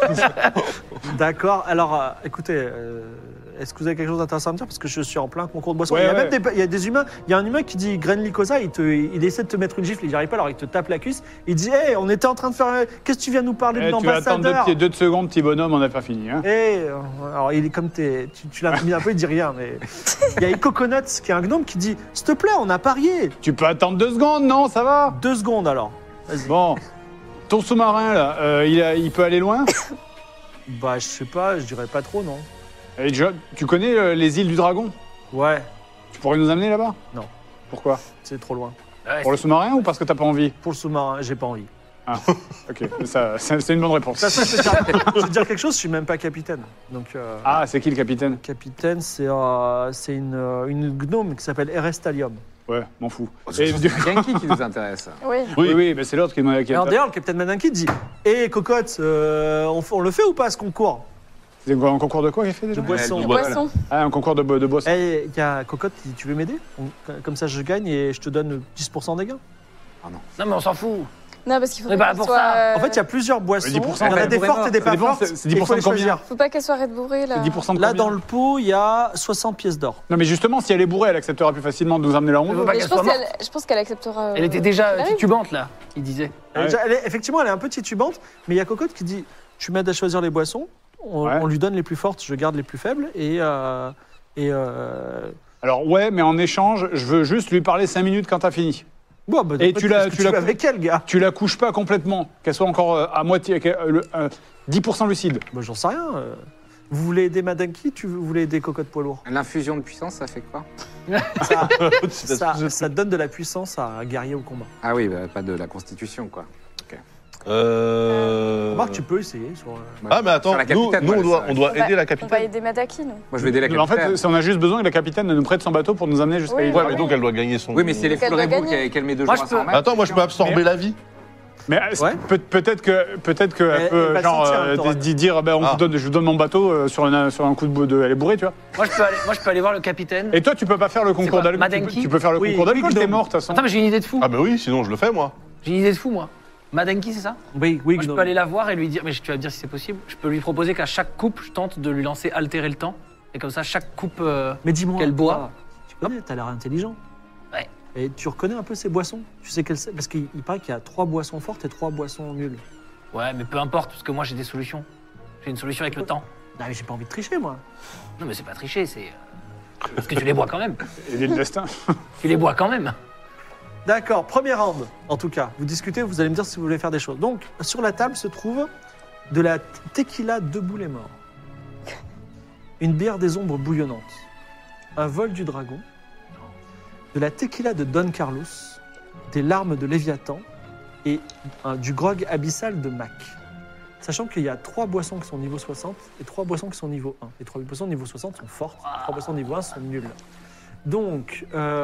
D'accord, alors euh, écoutez, euh, est-ce que vous avez quelque chose d'intéressant à me dire? Parce que je suis en plein concours de boissons. Ouais, il, y a ouais. même des, il y a des humains, il y a un humain qui dit Gren Lycosa, il, te, il essaie de te mettre une gifle, il n'y arrive pas, alors il te tape la cuisse. Il dit Hé, on était en train de faire. Qu'est-ce que tu viens nous parler Eh, de tu vas attendre deux, l'ambassadeur? petits- deux secondes, petit bonhomme, on n'a pas fini. Hein. Eh, euh, alors il est comme t'es, tu, tu l'as mis un peu, il dit rien, mais il y a Coconuts qui est un gnome qui dit s'il te plaît, on a parié. Tu peux attendre deux secondes, non? Ça va? Deux secondes alors. Vas-y. Bon. Ton sous-marin, là, euh, il, a- il peut aller loin? Bah je sais pas, je dirais pas trop non. Et Jo- tu connais euh, les îles du Dragon? Ouais, Tu pourrais nous amener là-bas? Non. Pourquoi? c'est trop loin. Ouais, Pour le sous-marin ou parce que t'as pas envie? Pour le sous-marin, j'ai pas envie. Ah, ok, ça, c'est c'est une bonne réponse. Ça, ça, je, vais te dire, je vais te dire quelque chose, je suis même pas capitaine. Donc euh, Ah, c'est qui le capitaine? capitaine, c'est euh, c'est une, euh, une gnome qui s'appelle Erestalium. Ouais, m'en fous. C'est Et du- Genki qui nous intéresse. Oui. Oui, oui, mais c'est l'autre qui m'a. qui- Alors d'ailleurs, le capitaine Madanki dit Hé Cocotte, euh, on, on le fait ou pas ce concours? C'est un concours de quoi qu'il fait déjà? De boisson. Ouais, Poisson. Ah, un concours de, bo- de boisson. Eh, il y a Cocotte qui dit Tu veux m'aider? On- Comme ça, je gagne et je te donne dix pour cent des gains. Non, mais on s'en fout. Non, parce qu'il faut Mais bah, qu'elle pour soit. ça. euh, En fait, il y a plusieurs boissons. dix pour cent, Il y en a ouais, des vraiment. fortes et des Ça pas dépend, fortes. c'est- c'est il dix faut pour cent les de combien? choisir. Faut pas qu'elle soit Red bourrée là. C'est dix pour cent de Là, combien? dans le pot, il y a soixante pièces d'or. Non, mais justement, si elle est bourrée, elle acceptera plus facilement de nous amener là où on Elle veut. veut pas Mais qu'elle je pense soit qu'elle je pense qu'elle acceptera. euh, Elle était déjà qu'elle arrive. titubante, là, il disait. Elle est Ouais. déjà- elle est- effectivement, elle est un peu titubante, mais il y a Cocotte qui dit Tu m'aides à choisir les boissons, on, Ouais. on lui donne les plus fortes, je garde les plus faibles, et. euh, et euh, Alors, ouais, mais en échange, je veux juste lui parler cinq minutes quand t'as fini. Bon, bah, Et en fait, tu l'as- qu'est-ce que tu l'as- fais avec elle, gars? Tu la couches pas complètement, qu'elle soit encore euh, à moitié, qu'elle- euh, le, euh, dix pour cent lucide. Bah, j'en sais rien. euh. Vous voulez aider Madanki? Tu vous voulez aider Cocotte Poids Lourd? L'infusion de puissance, ça fait quoi? Ça, ça, ça donne de la puissance à un guerrier au combat. Ah oui, bah, pas de la constitution, quoi. Euh... Remarque, tu peux essayer. Sur, euh, Ah, mais attends, Sur la nous, capitaine, nous, on ouais, doit, c'est on doit On va- aider la On va capitaine. aider Madaki, nous. Moi, je vais aider la En capitaine. fait, c'est- on a juste besoin que la capitaine nous prête son bateau pour nous amener jusqu'à Oui, l'île. Ouais, Ah mais oui. donc elle doit gagner son. Oui, mais si elle est Donc, elle full doit reboot gagner. et qu'elle met deux Moi, jours à je peux- s'en remettre. Attends, moi je peux absorber Mais- la vie. Mais euh, Ouais. peut- peut-être que peut-être que Elle- elle peut elle va genre sentir, euh, Thoran. di- dire ben on Ah. vous donne, je vous donne mon bateau euh, sur un sur un coup de bout de elle est bourrée, tu vois. Moi, je peux aller, moi, je peux aller voir le capitaine. Et toi tu peux pas faire le concours quoi, d'alcool. Tu, peux- Madenki tu peux faire le Oui, concours d'alcool, oui, t'es Gnome. mort de toute façon. Attends, mais j'ai une idée de fou. Ah, mais oui, sinon je le fais moi. J'ai une idée de fou, moi. Madenki, c'est ça? Oui, oui, Moi, je Gnome. peux aller la voir et lui dire, mais tu vas me dire si c'est possible. Je peux lui proposer qu'à chaque coupe, je tente de lui lancer altérer le temps. Et comme ça, chaque coupe. euh, Mais dis-moi. Qu'elle boit. toi, Tu connais, t'as l'air intelligent. Ouais. Et tu reconnais un peu ces boissons. Tu sais quelles c'est. Parce qu'il il paraît qu'il y a trois boissons fortes et trois boissons nulles. Ouais, mais peu importe, parce que moi, j'ai des solutions. J'ai une solution avec le temps. Non, mais j'ai pas envie de tricher, moi. Non, mais c'est pas tricher, c'est. euh, Parce que tu les bois quand même. Et le destin. Tu les bois quand même. D'accord, premier round, en tout cas. Vous discutez, vous allez me dire si vous voulez faire des choses. Donc, sur la table se trouve de la tequila debout les morts, une bière des ombres bouillonnante, un vol du dragon, de la tequila de Don Carlos, des larmes de Léviathan et un- du grog abyssal de Mac. Sachant qu'il y a trois boissons qui sont niveau soixante et trois boissons qui sont niveau un. Les trois boissons niveau soixante sont fortes, les trois boissons niveau un sont nulles. Donc,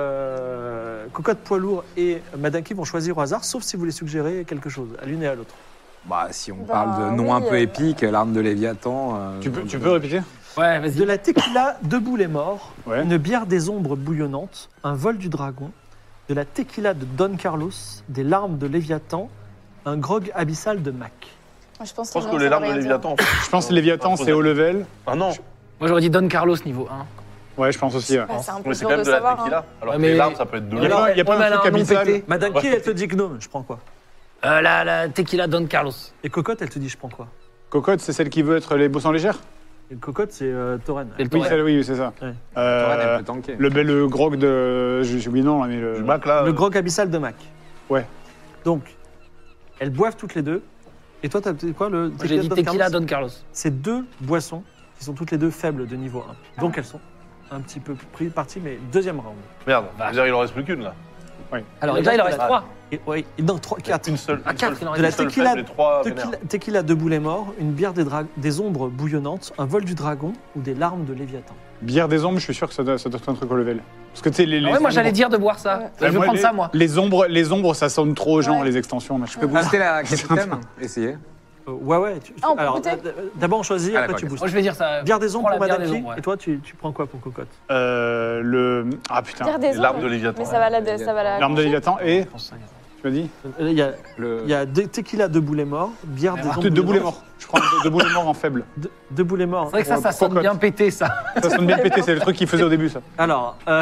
euh, Cocotte Poids Lourd et Madanki vont choisir au hasard, sauf si vous voulez suggérer quelque chose, à l'une et à l'autre. Bah, si on Bah, parle de noms oui, un peu euh, épiques, l'arme de Léviathan. euh, Tu peux euh, tu peux répéter? Ouais, vas-y. De la tequila debout les morts, Ouais. une bière des ombres bouillonnante, un vol du dragon, de la tequila de Don Carlos, des larmes de Léviathan, un grog abyssal de Mac. Moi, je pense, Je pense non, que ça les va larmes de rien dire. Léviathan. en fait. Je pense que Léviathan c'est haut level. Ah non, Moi, j'aurais dit Don Carlos niveau un. Ouais, je pense aussi. ouais. Ouais, c'est un peu mais c'est dur quand même de de la savoir. tequila. hein. Alors Ouais, que mais- les larmes, ça peut être de Il y a l'eau. pas, il y a pas Ouais, mais un elle a truc un nom abyssal. pété. Madanki, elle te dit gnome, je prends quoi? Euh, la, la tequila Don Carlos. Et Cocotte, elle te dit je prends quoi? Cocotte, c'est celle qui veut être les boissons légères? Et Cocotte, c'est euh, Tauren. Et le Oui, Torrent. celle, oui, c'est ça. Ouais. Euh, Touraine, elle peut tanker. le bel le grog de. J'ai oublié le nom là, mais le. Du Mac là. Le euh, grog abyssal de Mac. Ouais. Donc, elles boivent toutes les deux. Et toi, t'as dit quoi le Moi, j'ai dit Don tequila Carlos Don Carlos. C'est deux boissons qui sont toutes les deux faibles de niveau un. Donc, elles sont un petit peu pris partie, mais deuxième round. Merde, je veux dire, il en reste plus qu'une là. Alors, Et déjà, il en reste reste trois. Et, oui, non, trois, quatre. Une seule. Ah, une quatre, seule- il en De reste la une seule tequila, faible et trois tequila, vénères. tequila de boulet mort, une bière des, dra- des ombres bouillonnantes, un vol du dragon ou des larmes de Léviathan. Bière des ombres, je suis sûr que ça doit, ça doit être un truc au level. Parce que tu sais, les. les Ah ouais, moi, ombres- j'allais dire de boire ça. Ouais. Je vais moi, prendre les- ça, moi. Les ombres, les ombres, ça sonne trop genre Ouais. les extensions. machin. Je peux booster la capitaine? Essayez. Euh, ouais, ouais. tu- Ah, on peut alors, goûter d- d'abord on choisit, Ah, après d'accord, tu ok. boostes. Moi, je vais dire ça. Bière des ombres Prends pour la bière des Madanki. ombres, ouais. Et toi, tu, tu prends quoi pour Cocotte? Euh, le. Ah putain. Dire des Les larmes ombres. de Léviathan. Mais ça va la. Ça va la L'arme de Léviathan et. Je pense ça. Tu m'as dit Euh, Il y a, Le... il y a deux tequila de boulet mort, bière des Ah, ombres Deux boulets bouillonnantes. morts. Je prends deux boulets morts en faible. De, de boulet mort. C'est vrai que ça, ça sonne Cocotte. bien pété, ça. Ça sonne bien pété, c'est le truc qu'il faisait au début, ça. Alors, euh...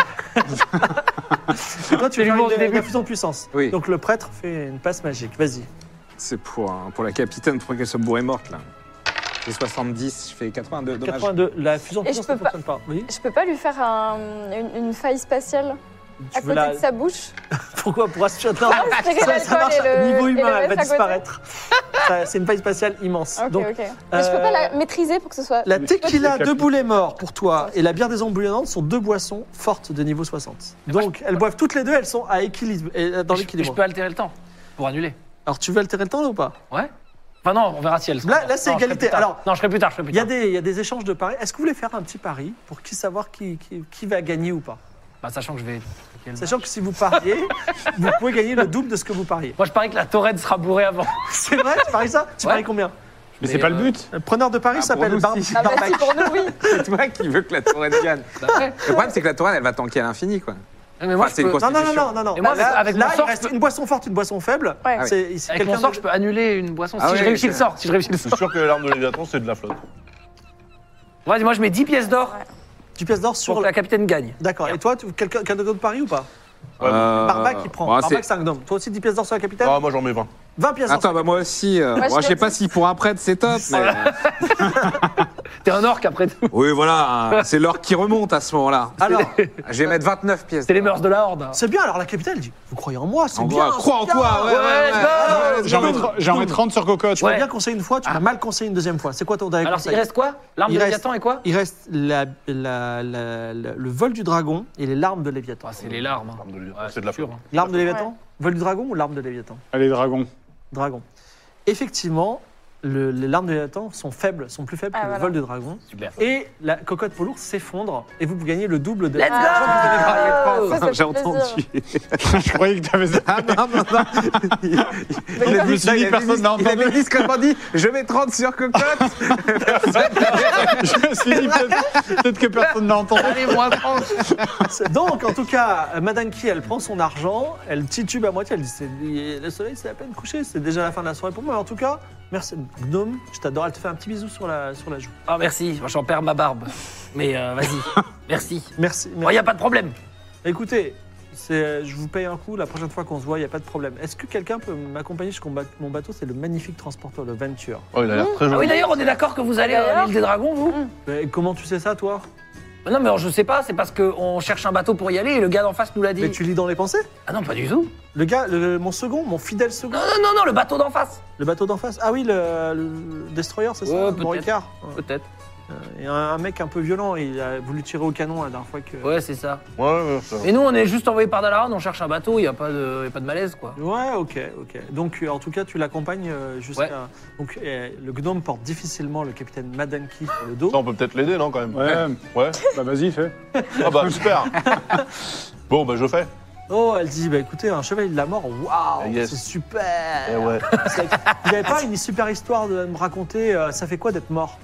toi, tu C'est veux l'humour faire du une, début. une fusion de puissance. Oui. Donc le prêtre fait une passe magique. Vas-y. C'est pour, un- pour la capitaine, pour qu'elle soit bourrée morte, là. J'ai soixante-dix, je fais quatre-vingt-deux, dommage. quatre-vingt-deux. La fusion de Et je puissance ne peux pas- fonctionne pas. Oui. Je peux pas lui faire un- une, une faille spatiale Tu à veux côté la- de sa bouche. Pourquoi Pour assurer. Non, Aspirer ça, ça l'alcool marche. et le- Niveau et le humain, elle va mettre à côté. disparaître. Ça, c'est une faille spatiale immense. Ok, Donc, ok. Mais je peux euh, pas la maîtriser pour que ce soit. la tequila Petit. de boulet mort pour toi et la bière des ombres bouillonnantes sont deux boissons fortes de niveau soixante. Mais moi, Donc, je- elles boivent toutes les deux, elles sont à équilibre, et dans Et je- et l'équilibre. Je peux altérer le temps pour annuler. Alors, tu veux altérer le temps là ou pas? Ouais. Enfin, non, on verra si elle sera. Là- là, c'est Non, je ferai égalité. plus tard. Alors- non, je ferai plus tard. Je ferai plus Il y, a tard. des, il y a des échanges de paris. Est-ce que vous voulez faire un petit pari pour qui savoir qui, qui, qui va gagner ou pas? Bah, sachant que je vais. Sachant que si vous pariez, vous pouvez gagner le double de ce que vous pariez. Moi, je parie que la Torrette sera bourrée avant. C'est vrai? Tu paries ça? Tu Ouais. paries combien? Mais Mais, c'est pas le euh, but. Le preneur de paris Ah, s'appelle pour nous, Barb. si. Ah bah si, Barbac. pour nous, oui. C'est toi qui veux que la Touraine gagne. Bah ouais. Le problème, c'est que la Touraine, elle va tanker à l'infini, quoi. Mais moi, Enfin, je c'est une peux- cons- Non, non, non, non, non, non. Et moi, là, avec là, mon il sort, reste je peux- une boisson forte, une boisson faible. Ouais. C'est- c'est Avec mon quelqu'un sort, de- je peux annuler une boisson. Ah si ouais, je réussis ok. le sort, si je réussis le Je suis sort. sûr que les larmes de Léviathan, c'est de la flotte. Vas-y, moi, je mets dix pièces d'or Tu pièces d'or pour sur que la. la capitaine gagne. D'accord. Et toi, tu- quelqu'un quelqu'un d'autre parie ou pas? Ouais, Euh, Barbac qui prend. bon, Barbac, c'est- c'est un gnome. Toi aussi, dix pièces d'or sur la capitaine? Ah, moi j'en mets vingt. vingt pièces d'or. Attends, bah moi aussi. euh, Moi, moi, je je sais mets pas dix. si pour un prêtre, c'est top, mais. T'es un orc après tout. Oui, voilà, c'est l'or qui remonte à ce moment-là. Alors, Je vais mettre vingt-neuf pièces. C'est les mœurs de la horde. c'est bien. Alors la capitaine elle dit, vous croyez en moi, c'est On bien. va- Crois en c'est bien. toi, ouais, ouais, ouais. let's go. ouais. J'en mets, Boum, tr- j'en mets boum. trente sur cocotte. Tu m'as Ouais. bien conseillé une fois, tu m'as mal conseillé une deuxième fois. C'est quoi ton dernier Alors, conseil? il reste quoi? L'arme Il de reste- Léviathan et quoi? Il reste la, la- la- la- le vol du dragon et les larmes de Léviathan. Ah, c'est les larmes. hein. L'arme de Léviathan, Ouais, c'est de la sûr, fleur. hein. L'arme de Léviathan Vol du dragon ou l'arme de Léviathan? Allez, dragon. Dragon. Effectivement, le- les larmes de Léviathan sont faibles, sont plus faibles Ah, que voilà. le vol de dragon. Super. Et la cocotte pour l'ours s'effondre et vous gagnez le double de. Let's go. Ça, ça fait J'ai plaisir. entendu. Je croyais que t'avais ça. Ah non, non, non. Il, il a Je me suis dit, il avait personne n'a il avait entendu. discrètement dit je mets trente sur cocotte. Je me suis dit, peut-être peut-être que personne n'a entendu. Allez, moins trente. Donc, en tout cas, Madame Ki, elle prend son argent, elle titube à moitié, elle dit c'est- le soleil c'est à peine couché, c'est déjà la fin de la soirée pour moi. En tout cas, merci. Gnome, je t'adore, elle te fait un petit bisou sur la, sur la joue. Ah, merci. Moi, j'en perds ma barbe. Mais euh, vas-y. Merci. Merci. Bon, merci. y a pas de problème. Écoutez, c'est- je vous paye un coup, la prochaine fois qu'on se voit, il n'y a pas de problème. Est-ce que quelqu'un peut m'accompagner jusqu'au ba- mon bateau? C'est le magnifique transporteur, le Venture. Oh, il a l'air très Ah oui, joli. d'ailleurs, on est d'accord que vous allez à D'ailleurs. l'île des dragons, vous? Mais comment tu sais ça, toi? Non, mais alors, je sais pas. C'est parce qu'on cherche un bateau pour y aller et le gars d'en face nous l'a dit. Mais tu lis dans les pensées? Ah non, pas du tout. Le gars, le- mon second, mon fidèle second, Non, non, non, non, le bateau d'en face. le bateau d'en face. Ah oui, le, le Destroyer, c'est Ouais, ça? peut-être. Mon Ricard. Ouais. Peut-être. Il y a un, un mec un peu violent, il a voulu tirer au canon la dernière fois que. Ouais, c'est ça. Ouais, ouais, ça va. Et nous, on est juste envoyés par Dalaran, on cherche un bateau, il y a pas de, y a pas de malaise, quoi. Ouais, ok, ok. Donc, euh, en tout cas, tu l'accompagnes euh, jusqu'à. Ouais. Donc, euh, le gnome porte difficilement le capitaine Madanki sur le dos. Ça, on peut peut-être l'aider, non, quand même Ouais, Ouais. bah vas-y, fais. Ah bah, super. Bon, bah, je fais. Oh, elle dit, bah écoutez, un chevalier de la mort, waouh, Yes. c'est super. Eh ouais. C'est- Vous n'avez pas une super histoire de me raconter, euh, ça fait quoi d'être mort?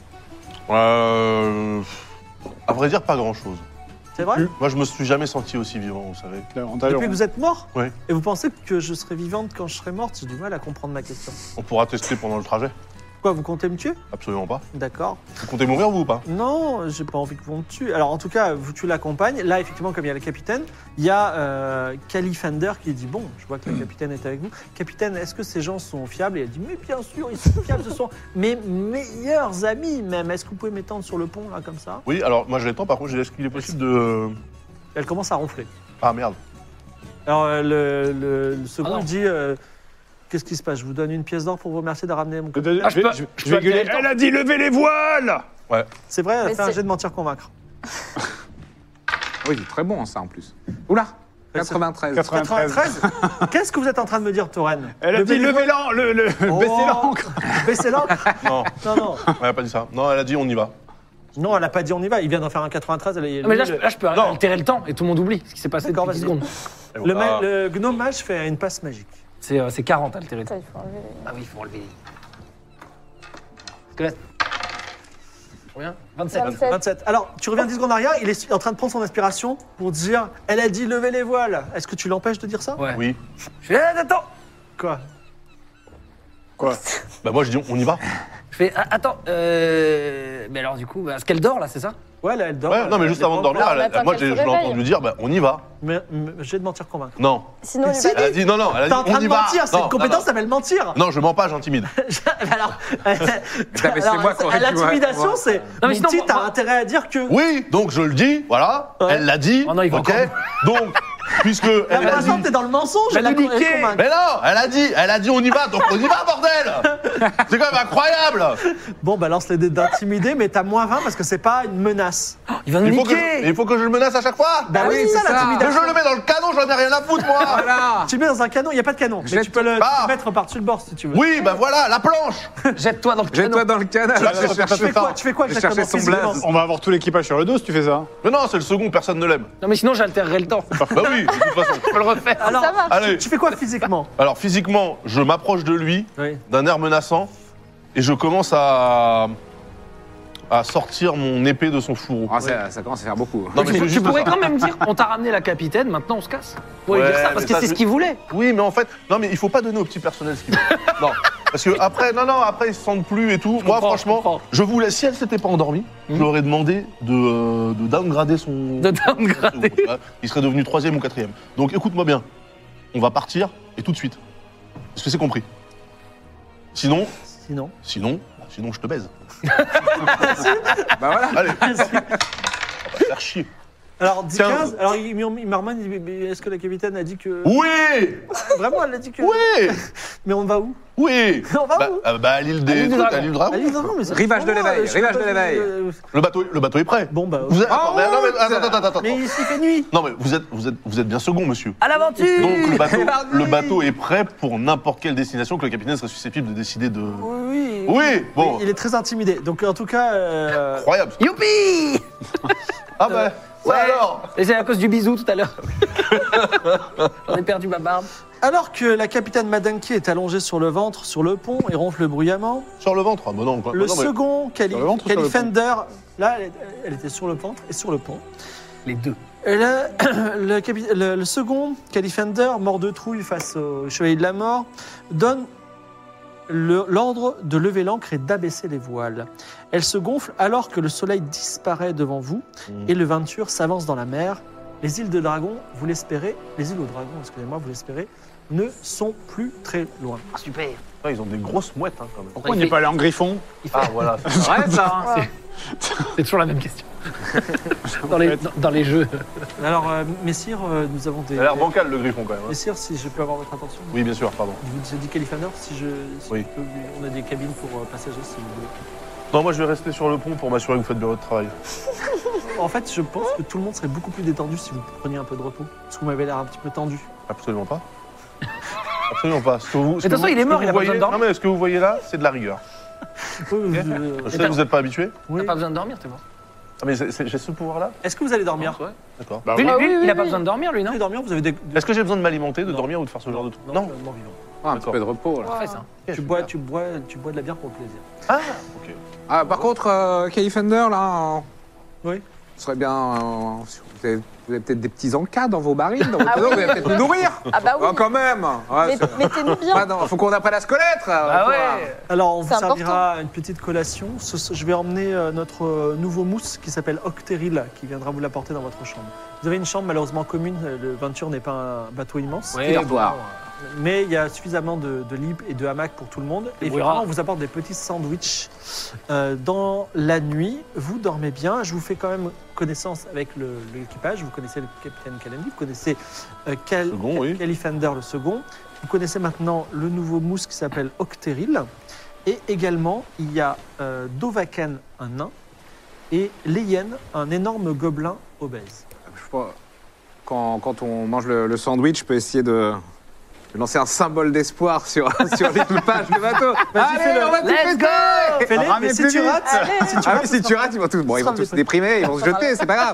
Euh, à vrai dire, pas grand-chose. C'est vrai? Moi, je me suis jamais senti aussi vivant, vous savez. Davantage. Depuis que vous êtes mort? Ouais. Et vous pensez que je serai vivante quand je serai morte? J'ai du mal à comprendre ma question. On pourra tester pendant le trajet. Quoi, vous comptez me tuer? Absolument pas. D'accord. Vous comptez mourir, vous, ou pas Non, j'ai pas envie que vous me tuiez. Alors en tout cas, vous tu l'accompagnes. Là, effectivement, comme il y a le capitaine, il y a euh, Califander qui dit bon, je vois que le capitaine est avec vous. Capitaine, est-ce que ces gens sont fiables? Et elle dit mais bien sûr, ils sont fiables. Ce sont mes meilleurs amis même. Est-ce que vous pouvez m'étendre sur le pont là comme ça? Oui, alors, moi, j'ai le temps, par contre, est-ce qu'il est possible de... Elle commence à ronfler. Ah, merde. Alors euh, le, le- le second Ah non. dit euh, qu'est-ce qui se passe? Je vous donne une pièce d'or pour vous remercier de ramener mon. Je vais- Ah, je peux- je- je je vais peux gueuler. altérer le Elle a dit levez les voiles. Ouais. C'est vrai, elle Mais a fait un c'est- jet de mentir convaincre. Oui, c'est très bon ça en plus. Oula, quatre-vingt-treize. quatre-vingt-treize. quatre-vingt-treize. Qu'est-ce que vous êtes en train de me dire, Tauren? Elle a dit levez l'an- le, le, Oh. baissez l'encre. Baissez l'encre. Non, Non, non. elle a pas dit ça. Non, elle a dit on y va. Non, elle a pas dit on y va. Il vient d'en faire un quatre-vingt-treize. Elle est, Non, mais là, lui, je, le- là, je peux Non. altérer le temps et tout le monde oublie ce qui s'est passé D'accord, depuis dix vas-y. secondes. Et le, voilà. ma- le gnome mage fait une passe magique. C'est euh, c'est quarante altéré le Ça, temps. il faut enlever les- Ah oui, il faut enlever. Parce que là. Combien? vingt-sept. vingt-sept. vingt-sept. Alors, tu reviens dix secondes en arrière. Il est en train de prendre son inspiration pour dire elle a dit levez les voiles. Est-ce que tu l'empêches de dire ça? Ouais. Oui. Je fais, ah, attends. Quoi? Quoi? Bah, moi, je dis on y va. Je fais, ah, attends. Euh... Mais alors, du coup, bah, est-ce qu'elle dort là, c'est ça? Ouais, là, elle dort. Ouais, non, mais juste avant de dormir, Alors, elle a- on attend moi, qu'elle j'ai- se je l'ai réveille. entendu dire bah, on y va. Mais, mais j'ai de mentir convaincre. Non. Sinon, Mais il si, va Elle a dit non, non, elle a dit T'es en train on de y va. mentir. C'est Non, une compétence, non, ça s'appelle mentir. non. Non, je mens pas, j'intimide. Alors, mais c'est alors, moi qui aurais dû, ouais. l'intimidation, c'est. mais Mon sinon, petit, moi- t'as moi- intérêt à dire que. Oui, donc je le dis, voilà. Ouais. Elle l'a dit. Oh non, il va ok. encore- Donc, puisque Là, elle pour l'a l'instant, dit. t'es dans le mensonge. Mais elle a nous niquer. convaincre. Mais non, elle a dit, elle a dit on y va, donc on y va, bordel. C'est quand même incroyable. Bon, bah lance les dés d'intimider, mais t'as moins vingt parce que c'est pas une menace. Il va nous Il faut, que niquer. je, il faut que je le menace à chaque fois. Bah oui, oui, c'est ça c'est ça. Mais l'intimidation. je le mets dans le canon, j'en ai rien à foutre, moi. Voilà. Tu le mets dans un canon, il n'y a pas de canon, mais Jette- tu peux le, tu Ah. peux le mettre par-dessus le bord si tu veux. Oui, bah voilà, la planche. Jette-toi dans le canon. Jette-toi dans le canal. Tu vas- Je tu vas- cherche- Tu fais quoi, tu fais quoi Je exactement cherchais son physiquement blaze. On va avoir tout l'équipage sur le dos si tu fais ça. Mais non, c'est le second, personne ne l'aime. Non, mais sinon, j'altérerai le temps. Bah oui, de toute façon. Je peux le refaire. Alors, Ça marche. Allez. tu fais quoi physiquement? Alors physiquement, je m'approche de lui Oui. d'un air menaçant et je commence à à sortir mon épée de son fourreau. Ah, ça, ça commence à faire beaucoup. Non, mais tu c'est tu juste pourrais ça. quand même dire on t'a ramené la capitaine, maintenant on se casse. Vous pouvez Ouais, dire ça mais parce que ça, c'est ce je- qu'il voulait. Oui, mais en fait, non, mais il faut pas donner au petit personnel ce qu'il veut. Non, parce que après, non, non, après ils se sentent plus et tout. Moi, comprends, franchement, je comprends. je voulais, si elle s'était pas endormie, je Mhm. lui aurais demandé de, euh, de downgrader son. De downgrader. Tu vois, il serait devenu troisième ou quatrième. Donc, écoute-moi bien. On va partir et tout de suite. Est-ce que c'est compris? Sinon, Sinon. sinon, bah, sinon je te baise. Bah voilà. Allez, on va faire chier. Alors, dix, quinze. quinze. Alors, il, il marmonne, il dit, mais est-ce que la capitaine a dit que... Oui. Vraiment, elle a dit que... Oui. Mais on va où? Oui. On va Bah, où? euh, bah, à l'île À des l'île du trucs, Dragon. à l'île du Dragon. Allez, non, non, mais c'est- Rivage de Comment, l'éveil, euh, je rivage sais de pas, l'éveil. euh, Le bateau, le bateau est prêt. Bon, bah... Vous êtes, Oh, attends, mais, non, mais, attends, attends, attends, attends. Mais il s'y fait nuit. Non, mais vous êtes, vous êtes, vous êtes, vous êtes bien second, monsieur. À l'aventure. Donc le bateau, Pardon. le bateau est prêt pour n'importe quelle destination que le capitaine serait susceptible de décider de. Oui, oui. Oui, bon. Il est très intimidé. Donc, en tout cas... euh, Incroyable. Youpi. Ah bah, ça alors. Et c'est à cause du bisou tout à l'heure. On a perdu ma barbe. Alors que la capitaine Madanki est allongée sur le ventre, sur le pont, et ronfle bruyamment, Sur le ventre. Ah bah non, quoi. le Non, mais- second, Cali, Sur le ventre ou sur le pont Califender, là, elle, elle était sur le ventre et sur le pont. Les deux. Et là, le, capi- le- le second, Califender, mort de trouille face au chevalier de la mort, donne le- l'ordre de lever l'ancre et d'abaisser les voiles. Elle se gonfle alors que le soleil disparaît devant vous Mm. et le Venture s'avance dans la mer. Les îles de Dragon, vous l'espérez, les îles aux dragons, excusez-moi, vous l'espérez, ne sont plus très loin. Ah, super. Ouais, ils ont des grosses mouettes hein, quand même. Pourquoi on n'est pas allé en griffon? Il fait... Ah voilà. c'est ça. Ouais, ça, hein, Ouais. c'est- C'est toujours la même question. dans, les, dans, dans les jeux. Alors, euh, messire, euh, nous avons des... Ça a l'air bancal le griffon quand même. hein. Messire, si je peux avoir votre attention. Oui, bien sûr, pardon. Je vous ai dit Califender, si je... Si Oui. je peux lui- on a des cabines pour euh, passagers, si vous voulez. Non, moi je vais rester sur le pont pour m'assurer que vous faites bien votre travail. En fait, je pense que tout le monde serait beaucoup plus détendu si vous preniez un peu de repos. Parce que vous m'avez l'air un petit peu tendu. Absolument pas. Absolument pas. Ce que vous, ce Mais de toute que façon, vous- il est ce que mort, vous il a pas voyez- besoin de dormir. Non, mais ce que vous voyez là, c'est de la rigueur. Oui, vous- euh, Je sais que vous n'êtes pas habitué. oui. T'as pas besoin de dormir, t'es bon. Ah, mais c'est- c'est- j'ai ce pouvoir-là. Est-ce que vous allez dormir? Ouais. D'accord. Bah Lui, oui. Ah lui, oui, il oui, a pas oui. besoin de dormir, lui, Vous non? allez dormir, vous avez des... Est-ce que j'ai besoin de m'alimenter, de Non. dormir ou de faire ce genre de truc? Non, Non. non, vivant. Ah, un petit peu de repos, là. Parfait, ça. Ok, Tu bois, super. tu, bois, tu bois de la bière pour le plaisir. Ah, ok. Ah, par contre, euh, Califender, là, euh, Oui. ce serait bien... euh, si vous avez, vous avez peut-être des petits encas dans vos barils, dans votre Ah tonneau, oui. vous allez peut-être nous nourrir. Ah bah oui. Ah, quand même. Ouais, Mais- c'est- Mettez-nous bien. Ah non, faut qu'on apprenne à se connaître. Ah euh, ouais. Alors, on vous C'est servira une petite collation. Ce- ce- je vais emmener euh, notre euh, nouveau mousse qui s'appelle Octeril, qui viendra vous l'apporter dans votre chambre. Vous avez une chambre malheureusement commune. euh, Le Venture n'est pas un bateau immense. Ouais, dortoir. bon, Mais il y a suffisamment de, de lits et de hamacs pour tout le monde. Et Oui, vraiment, rare. on vous apporte des petits sandwichs euh, dans la nuit. Vous dormez bien. Je vous fais quand même connaissance avec le- l'équipage. Vous connaissez le capitaine Kalendi, vous connaissez euh, Cal- Second, oui. Califender le second. Vous connaissez maintenant le nouveau mousse qui s'appelle Octeril. Et également, il y a euh, Dovaken, un nain, et Leyen, un énorme gobelin obèse. Je sais pas, quand, quand on mange le, le sandwich, je peux essayer de, de lancer un symbole d'espoir sur, sur l'équipage du bateau. Allez, fais-le. on va tout Let's péter. go. Fais-les, Ramenez mais si plus tu vite. rates, Allez. si tu Ah rates, oui, si tu rates, ils vont tous, bon, ils vont tous se déprimer, ils vont se jeter, c'est pas grave.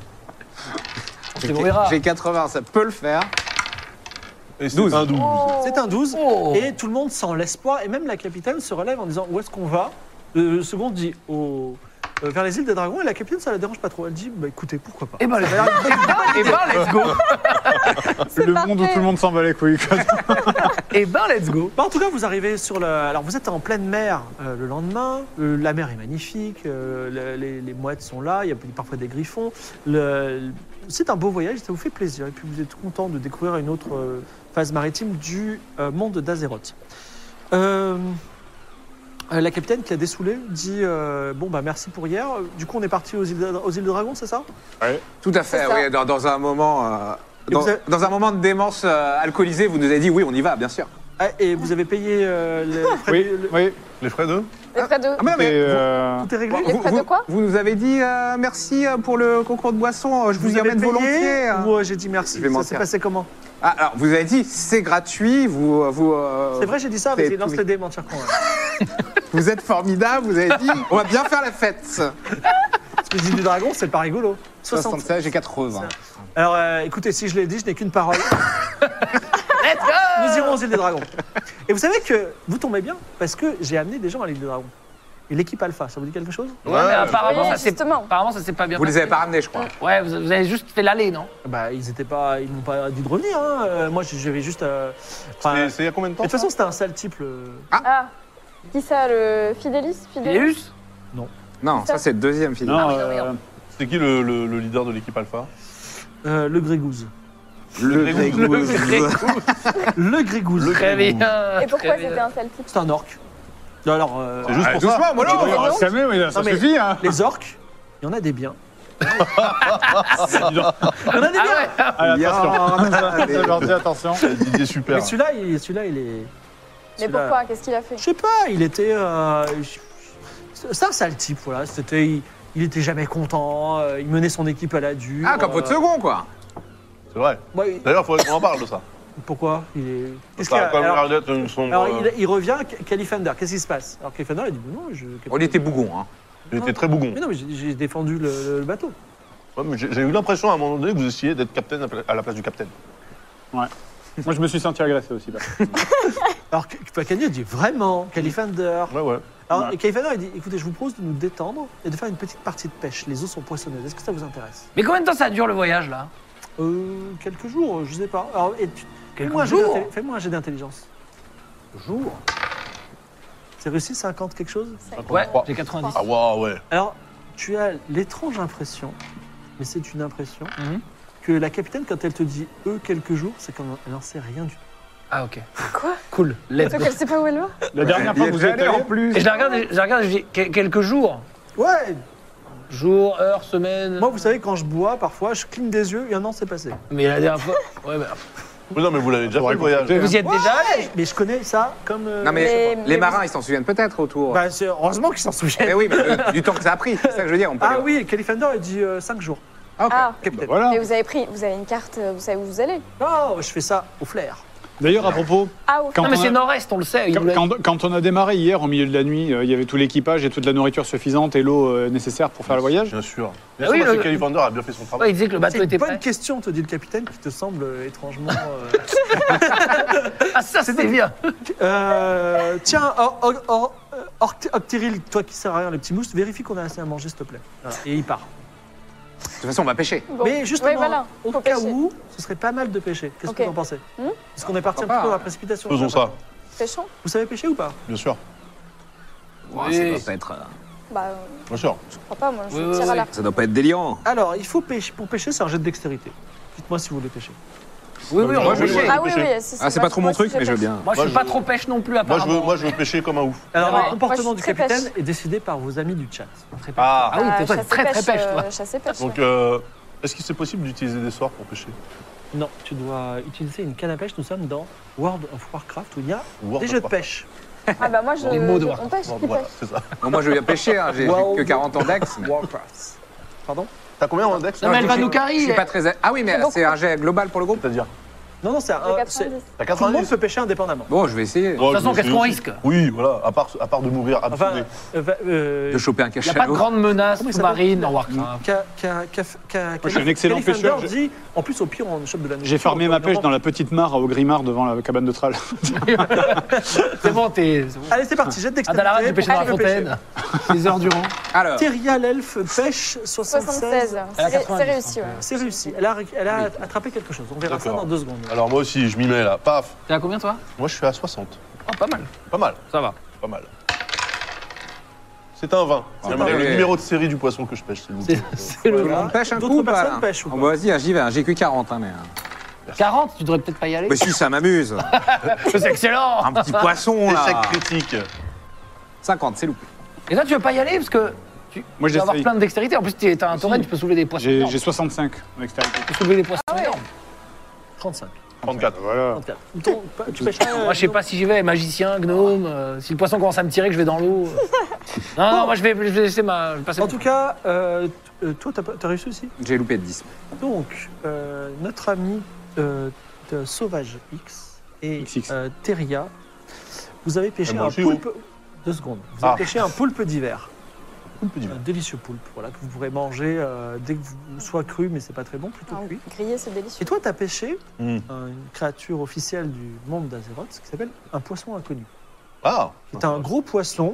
On se verra. J'ai quatre-vingts, ça peut le faire. Et c'est douze. un douze. Oh. c'est un douze. Oh. Et tout le monde sent l'espoir. Et même la capitaine se relève en disant où est-ce qu'on va. Le second dit au, euh, vers les îles des dragons. Et la capitaine, ça la dérange pas trop. Elle dit bah, écoutez, pourquoi pas. Eh ben, Ça a l'air une bonne idée. Eh ben, let's go. C'est Le monde où parfait. tout le monde s'en bat les couilles. quoi. Eh ben, let's go. Bah, en tout cas, vous arrivez sur le. Alors, vous êtes en pleine mer euh, le lendemain. Euh, la mer est magnifique. euh, le- les, les mouettes sont là. Il y a parfois des griffons. Le- C'est un beau voyage. Ça vous fait plaisir. Et puis, vous êtes content de découvrir une autre euh, phase maritime du euh, monde d'Azeroth. Euh, euh, la capitaine qui a dessoulé dit euh, bon bah merci pour hier. Du coup, on est parti aux îles de, aux îles de Dragon, c'est ça? Tout à fait, C'est ça. oui, dans, dans un moment... euh, Et dans, vous avez- dans un moment de démence euh, alcoolisée, vous nous avez dit oui, on y va, bien sûr. Ah, et vous avez payé euh, les frais Oui, de- le- oui. Les frais de Les frais de... Ah, mais non, mais Et, vous- euh, Tout est réglé? Les frais de vous, quoi vous nous avez dit euh, merci euh, pour le concours de boissons, euh, je vous, y avez emmène payé volontiers. hein. ou euh, j'ai dit merci? Je vais Ça mentir. s'est passé comment? Ah, alors, vous avez dit c'est gratuit, vous... vous euh, C'est vrai, j'ai dit ça, c'est mais lance tout. le dé, mentir con. hein. Vous êtes formidable, vous avez dit on va bien faire la fête. Parce que les îles du Dragon, c'est pas rigolo. soixante. soixante-seize, j'ai quatre-vingts. Alors, euh, écoutez, si je l'ai dit, je n'ai qu'une parole. Let's go. Nous irons aux îles des Dragons. Et vous savez que vous tombez bien, parce que j'ai amené des gens à l'île des Dragons. Et l'équipe Alpha, ça vous dit quelque chose? Ouais, mais apparemment, Oui, ça s'est justement. apparemment, ça s'est pas bien Vous les passé. avez pas ramenés, je crois. Ouais, vous, vous avez juste fait l'aller, non? Bah, ils étaient pas, ils m'ont pas dit de revenir. Hein. Euh, moi, j'avais juste. euh, enfin, C'est mais c'est il y a combien de temps de toute façon, c'était un sale type. Le... Ah, qui ça, le Fidelis Fidelis Phileus? Non, ça c'est le deuxième film. non, Ah, oui, non, euh, C'est qui le, le- le leader de l'équipe Alpha Euh, le Grégouze. Le Le Grégouze. Très bien. Et pourquoi très bien. c'était un sale type? C'est un orc. Alors, euh, C'est juste Ah, pour doucement, ça. mollo. On va se calmer, mais ça Non, mais- suffit, hein. les orques, il y en a des biens. Dis donc. Il y en a des biens. Allez, attention. Bien. C'est gentil, attention. Didier super. Mais celui-là, il, celui-là, il est. Mais celui-là- pourquoi Qu'est-ce qu'il a fait Je sais pas, il était. Euh, c'est un sale type, voilà. C'était, il, il était jamais content, euh, il menait son équipe à la dure. Ah, comme votre euh, second, quoi. C'est vrai. ouais, D'ailleurs, il faudrait qu'on en parle de ça. pourquoi il est. Qu'est-ce Ça qu'il y a a quand même alors, l'air d'être une sombre. alors, euh, il, il revient, Califender, qu'est-ce qui se passe? Alors Califender, il dit non, je. On était bougon, hein. Il était très bougon. Mais non, mais j'ai, j'ai défendu le, le bateau. Ouais, mais j'ai j'ai eu l'impression à un moment donné que vous essayiez d'être capitaine à pla- à la place du capitaine. Ouais. Moi, je me suis senti agressé aussi. Là. Alors Pacani dit vraiment, Califender. Ouais, ouais. Alors Ouais. Califender, il dit écoutez, je vous propose de nous détendre et de faire une petite partie de pêche. Les eaux sont poissonneuses. Est-ce que ça vous intéresse? Mais combien de temps ça dure le voyage là? Euh, quelques jours, je sais pas. Alors, et tu- Quelques fais-moi un jet jours d'intelli- Fais-moi un jet d'intelligence. Jour. C'est réussi, cinquante quelque chose? Ouais, Trois. j'ai quatre-vingt-dix. Ah, waouh, ouais. Alors, tu as l'étrange impression, mais c'est une impression, Mhm. que la capitaine, quand elle te dit eux quelques jours, c'est qu'elle n'en sait rien du tout. Ah ok. Quoi Cool. Let's Donc go. elle sait pas où elle va La dernière fois que vous êtes allé, en plus. Et je la regarde, et je la regarde et je dis que- quelques jours. Ouais, Jours, heures, semaines. moi, vous savez, quand je bois, parfois, je cligne des yeux et un an s'est passé. Mais la dernière fois. Ouais, bah. Mais non, mais vous l'avez déjà fait Faudrait le voyage. compter. Vous y êtes déjà allé? Mais je connais ça comme. euh, Non, mais, Mais- les mais marins, vous- ils s'en souviennent peut-être autour. Bah, c'est heureusement qu'ils s'en souviennent. Mais oui, mais le- du temps que ça a pris, c'est ça que je veux dire. On peut Ah les- oui, Califender, il dit cinq jours. Ah, ok. Ah, Capitaine. Voilà. mais vous avez pris, vous avez une carte, euh, vous savez où vous allez Oh, je fais ça au flair. D'ailleurs, à propos, Ah, au Quand Non, mais on a- c'est nord-est, on le sait. il quand, nous l'a- quand- quand on a démarré hier, au milieu de la nuit, euh, il y avait tout l'équipage et toute la nourriture suffisante et l'eau euh, nécessaire pour faire le voyage. Bien sûr. Bien Ah sûr, oui, parce le- que Califander a bien fait son Ouais, travail. il disait que le C'est bateau une était bonne prêt. question, te dit le capitaine, qui te semble euh, étrangement. euh, Ah, ça, c'était bien. Euh, tiens, Or- Or- Or- Or- Octyril, toi qui sers à rien, le petit mousse, vérifie qu'on a assez à manger, s'il te plaît. Voilà. Et il part. De toute façon, on va pêcher. Bon. Mais justement, Ouais, voilà, au faut cas pêcher. où, ce serait pas mal de pêcher. Qu'est-ce Ok. que vous en pensez Hmm Parce qu'on est parti un Pourquoi petit peu dans pas la précipitation. Faisons ça, Pêchons Vous savez pêcher ou pas bien sûr. Ouais, ça doit pas être, euh, Bah, euh, Bien sûr. je crois pas, moi, je Oui, tire oui, à oui. l'arc. ça doit pas être délirant. Alors, il faut pêcher. Pour pêcher, c'est un jet de dextérité. Dites-moi si vous voulez pêcher. Oui, oui, on Moi, va je veux pêcher. bien. Ah oui, oui, si, Ah, c'est pas trop mon truc, mais je veux bien. Moi, je Moi, suis je- pas trop pêche non plus, Moi je, apparemment. veux, moi, je veux pêcher comme un ouf. Alors, Ouais, le moi, comportement je du suis très capitaine pêche. est décidé par vos amis du chat. Très pêche. Ah, Ah oui, t'es toi, t'es très très pêche, toi. Chasse et pêche. donc ouais. euh, est-ce qu'il c'est possible d'utiliser des sorts pour pêcher Non, tu dois utiliser une canne à pêche. Nous sommes dans World of Warcraft où il y a World des of jeux de Warcraft. pêche. Ah bah moi, je, Les mots de je- Warcraft. on pêche, Bon, qui voilà, pêche c'est ça. Bon, moi, je veux bien pêcher, hein, j'ai j'ai Wow. que quarante ans d'ex. mais- Warcraft. Pardon T'as combien en index Non, mais elle va je- nous Je carrer. suis pas très. Ah oui, mais C'est beaucoup. c'est un jet global pour le groupe. C'est-à-dire Non, non, c'est un. J'ai c'est- quatre-vingt-dix. T'as Tout le monde quatre-vingt-dix peut pêcher indépendamment. Bon, je vais essayer De toute façon, qu'est-ce qu'on risque? Oui, voilà, à part, à part de mourir Enfin, absorbé. euh, va- euh, de choper un Il n'y a cachalot. pas de grande menace Comment il sous-marine s'appelle en Warcraft. Ca- ca- ca- ca- je suis un excellent Califender pêcheur, j'ai- dit, en plus, au pire, on chope de la nourriture. J'ai farmé ma On pêche en- dans la petite mare au Grimard devant la cabane de Thrall. C'est bon, t'es. c'est bon. Allez, c'est parti, jet À d'extérieur. Dalaran, tu pêches dans la fontaine. Des heures durant. Alors, Teria l'elfe pêche soixante-seize. soixante-seize. Elle a C'est quatre-vingt-dix, c'est réussi, ouais. C'est réussi. Elle a, elle a attrapé quelque chose. On verra ça D'accord. dans deux secondes. Alors moi aussi, je m'y mets là. Paf. T'es à combien, toi? Moi, je suis à soixante. Oh, pas mal. Pas mal, Ça va. pas mal. C'est un vingt. Ah, J'aimerais ouais. le numéro de série du poisson que je pêche, s'il vous plaît. C'est c'est le. on pêche un D'autres coup ou pas personnes là pêchent ou Oh, pas bah, Vas-y, hein, j'y vais, hein, j'ai que quarante, hein, mais. euh, quarante, tu devrais peut-être pas y aller. Mais si, ça m'amuse. C'est excellent. Un petit poisson là. Échec critique. cinquante, c'est loupé. Et toi, tu veux pas y aller parce que tu Moi, tu vas avoir j'essaye. plein de dextérité. En plus, t'es- t'as un Si. torrent, tu peux soulever des poissons. J'ai énormes. j'ai soixante-cinq en extérieur. Tu peux soulever des poissons énormes. trente-cinq. trente-quatre. Voilà. trente-quatre. Ton- Tu pêches pas, Moi, je sais pas si j'y vais, magicien, gnome. euh, si le poisson commence à me tirer, que je vais dans l'eau. euh. Non, non, moi, je vais, je vais laisser ma. Je vais passer En mon tout tour. cas, euh, t- euh, toi, t'as pas- t'as réussi aussi. J'ai loupé de dix. Donc, euh, notre ami euh, de Sauvage X et X X. euh, Teria, vous avez pêché Et moi un aussi, poulpe. Deux secondes. Vous avez Ah. pêché un poulpe d'hiver. Un peu du Un délicieux poulpe, voilà, que vous pourrez manger euh, dès que vous soit cru, mais c'est pas très bon, plutôt Ah, cuit. grillé, c'est délicieux. Et toi, tu as pêché Hmm. euh, une créature officielle du monde d'Azeroth qui s'appelle un poisson inconnu. Ah. C'est un gros poisson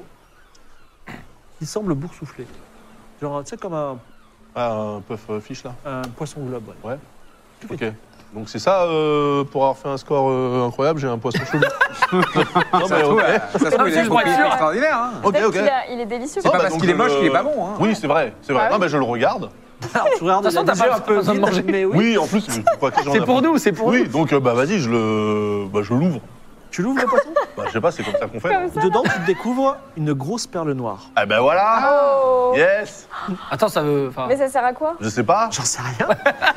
qui semble boursouflé. Genre, tu sais, comme un, Ah, un puff euh, fish là. un poisson globe. ouais. Ouais. Ok. Donc c'est ça, euh, pour avoir fait un score euh, incroyable, j'ai un poisson chelou. non Ça se mais trouve, ok. euh, ça se trouve, il c'est a une le propriété voiture. extraordinaire. Hein. Ok, Peut-être ok. qu'il a- il est délicieux. C'est pas bah, parce donc qu'il est je moche le- qu'il est pas bon. Hein. Oui, c'est vrai, c'est vrai. Ah non oui. mais je le regarde. Alors, tu regardes De toute façon, la t'as pas- un peu pas besoin de vide, manger. mais oui. Oui, en plus, je crois que j'en ai C'est un pour peu. nous, c'est pour Oui, nous. donc euh, bah vas-y, je le, bah, je l'ouvre. Tu l'ouvres le poisson? Bah, je sais pas, c'est comme ça qu'on fait. Comme ça. Dedans, tu découvres une grosse perle noire. Ah ben voilà. Oh. Yes. Attends, ça veut. enfin, Mais ça sert à quoi? Je sais pas. J'en sais rien.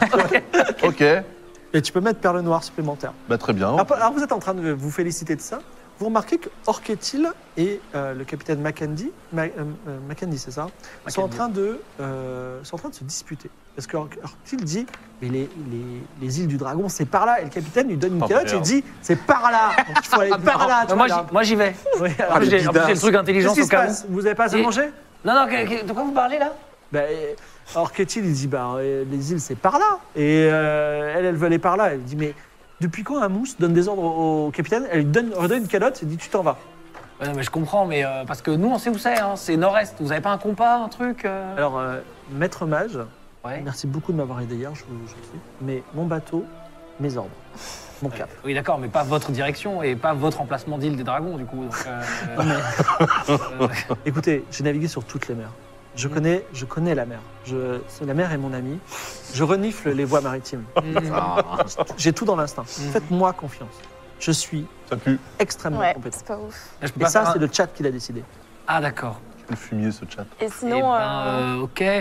Ok. Et tu peux mettre perle noire supplémentaire. Bah très bien. Alors, alors, vous êtes en train de vous féliciter de ça. Vous remarquez que Orketil et euh, le capitaine Mackendy, Ma- euh, euh, Mackendy, c'est ça, sont en, train de, euh, sont en train de se disputer. Parce que Or- Orketil dit, mais les, les, les îles du dragon, c'est par là. Et le capitaine lui donne une Oh, calotte et merde. dit, c'est par là. Donc, il faut aller par là. tu moi, vois, j'y- là. moi, j'y vais. Oui, alors, En plus, le j'ai en plus, j'ai le guidage. truc intelligence Qu'est-ce au qui se cas où. passe? Vous avez pas assez Et- mangé? Non, non, que- que- de quoi vous parlez là? Ben, Orketil, il dit, bah, euh, les îles, c'est par là. Et euh, elle, elle veut aller par là. Elle dit, mais depuis quand un mousse donne des ordres au, au capitaine? Elle lui donne, redonne une calotte et dit, tu t'en vas. Ouais, non, mais je comprends, mais euh, parce que nous, on sait où c'est, hein, c'est nord-est. Vous avez pas un compas, un truc euh Alors, euh, maître mage, Ouais. merci beaucoup de m'avoir aidé hier, je, vous- je le sais. Mais mon bateau, mes ordres, mon cap. Oui, d'accord, mais pas votre direction et pas votre emplacement d'île des dragons, du coup. Donc, euh, euh, Écoutez, j'ai navigué sur toutes les mers. Je Mm. connais, je connais la mer. Je, c'est- la mer est mon amie. Je renifle les voies maritimes. Ah. J'ai tout dans l'instinct. Mm. Faites-moi confiance. Je suis Ça pue. extrêmement Ouais, compétent. c'est pas ouf. je peux Et pas ça, faire c'est un- le chat qui l'a décidé. Ah, d'accord. Le fumier ce chat. Et Eh sinon, ben, euh, euh, ok.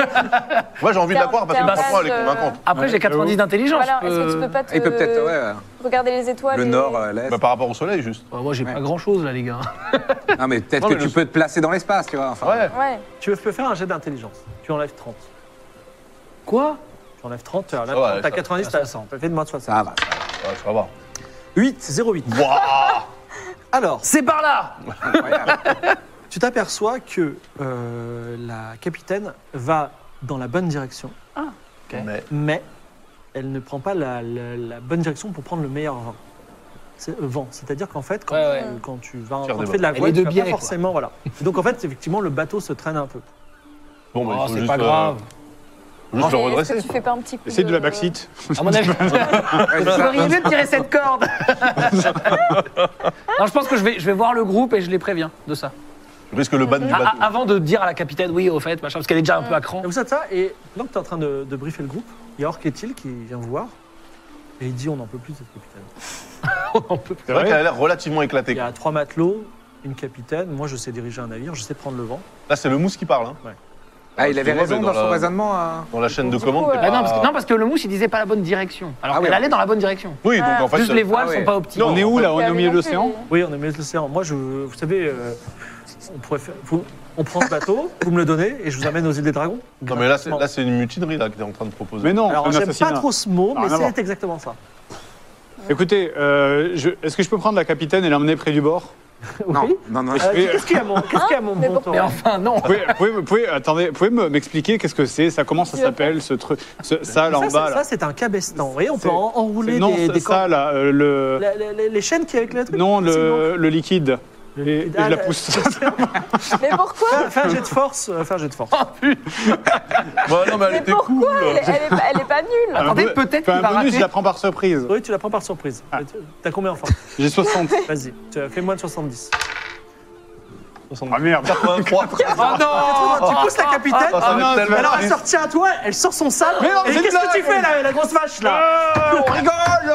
Moi j'ai envie de la croire parce que T'es un franchement elle est mage, euh, convaincante. Après, Ouais, j'ai quatre-vingt-dix j'avoue. d'intelligence. voilà, je est-ce que tu peux- peux pas te Il peut peut-être, ouais, regarder les étoiles le et- nord, euh, l'est. Bah, par rapport au soleil juste. Ouais, moi, j'ai Ouais. pas grand-chose, là, les gars. Non, mais peut-être Non, que mais tu le- peux te placer dans l'espace, tu vois. Enfin, Ouais. Ouais. Tu peux faire un jet d'intelligence. Tu enlèves trente. Quoi? Tu enlèves trente, tu enlèves Ça va, trente, t'as ça- quatre-vingt-dix, ça- t'as cent. T'as fait de moins de soixante. Ça va. Ouais, ça va. huit, zéro huit. Waouh. Alors, C'est par là! Incroyable. tu t'aperçois que euh, la capitaine va dans la bonne direction, Mais mais elle ne prend pas la, la- la bonne direction pour prendre le meilleur vent. C'est, euh, vent. C'est-à-dire qu'en fait, quand, Ouais, ouais. tu, quand tu vas Tire quand des tu fais de la Elle voile, est tu de vas biais, pas quoi. forcément, voilà. Et donc en fait, effectivement, le bateau se traîne un peu. bon, bah, Oh, il faut c'est juste, pas grave. euh, juste le Et Est-ce redresser. que tu fais pas un petit coup Essaye de la backseat. À mon avis, Ouais, c'est vous ça. auriez mieux de tirer cette corde. Non, je pense que je vais, je vais voir le groupe et je les préviens de ça. Je risque le ban du Ah, bateau. ah, avant de dire à la capitaine, oui, au fait, machin, parce qu'elle est déjà un peu à cran. Et vous savez ça, et pendant que tu es en train de, de briefer le groupe, il y a Orketil qui vient vous voir, et il dit on n'en peut plus de cette capitaine. C'est vrai qu'elle a l'air relativement Il éclatée. y a trois matelots, une capitaine, moi je sais diriger un navire, je sais prendre le vent. Là c'est le mousse qui parle. Hein. Ah, il avait Excuse-moi, raison mais dans dans son la- raisonnement. hein. Dans la chaîne de Du commande. coup, t'es euh, Bah pas- non, parce que, non, parce que le mousse, il disait pas la bonne direction. Alors Ah oui, qu'elle en allait dans la bonne direction. Oui, donc en fait. Juste ça- les voiles Ah sont ouais. pas optiques. Non. On est où là? On est au milieu de Puis, l'océan? Oui, on est mis l'océan. Moi, je, vous savez, euh, on pourrait faire. vous- on prend ce bateau, vous me le donnez, et je vous amène aux îles des dragons. Non mais là c'est Gratuitement. là c'est une mutinerie là que t'es en train de proposer. Mais non, Alors, c'est un j'aime pas assassinat. trop ce mot, Ça a mais rien à voir. c'est exactement ça. Écoutez, euh, je- est-ce que je peux prendre la capitaine et l'emmener près du bord? Non, Oui. non, non. Euh, Qu'est-ce qu'il y a, mon, qu'est-ce qu'il y a, mon Mais bon pourquoi Mais Thorin enfin, non. Vous pouvez, vous pouvez- vous pouvez- attendez, vous pouvez me- m'expliquer qu'est-ce que c'est? Ça, comment ça Tu veux s'appelle ce truc? ce- Ça là Ça, en c'est- bas ça, là. c'est un cabestan. Vous voyez, on peut C'est- en- enrouler Non, des, ça, des ça, cordes. là, euh, le. La- la- les, les chaînes qui avec le truc. Non, c'est le, le liquide. Le Et, liquide. et je Ah, la le- pousse. Mais pourquoi Fais- Fais un jet de force. euh, Fais un jet de force. Ouais, non mais elle Mais était pourquoi cool. elle, est- elle est, pas- elle est pas nulle. Attendez, Un bo- peut-être fais qu'il va un bonus, rater. je la prends par surprise. Oui, tu la prends par surprise. Ah. T'as combien en force? J'ai soixante. Vas-y, tu as fait moins de soixante-dix. Ah merde. quatre-vingt-trois. Oh non. Tu pousses la capitaine. Ah, ça va non, être tellement- Alors elle sortit à toi, elle sort son sable. Mais non, et c'est qu'est-ce une que tu blague. fais là, la grosse vache là? On rigole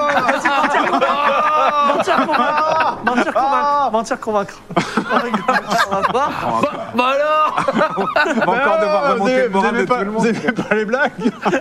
Mentir convaincre. Mentir convaincre. Mentir convaincre. On rigole. On va voir. Bah alors. On va encore devoir Ah, vous remonter aimez- le vous moral aimez de pas- tout le Vous monde. aimez pas les blagues?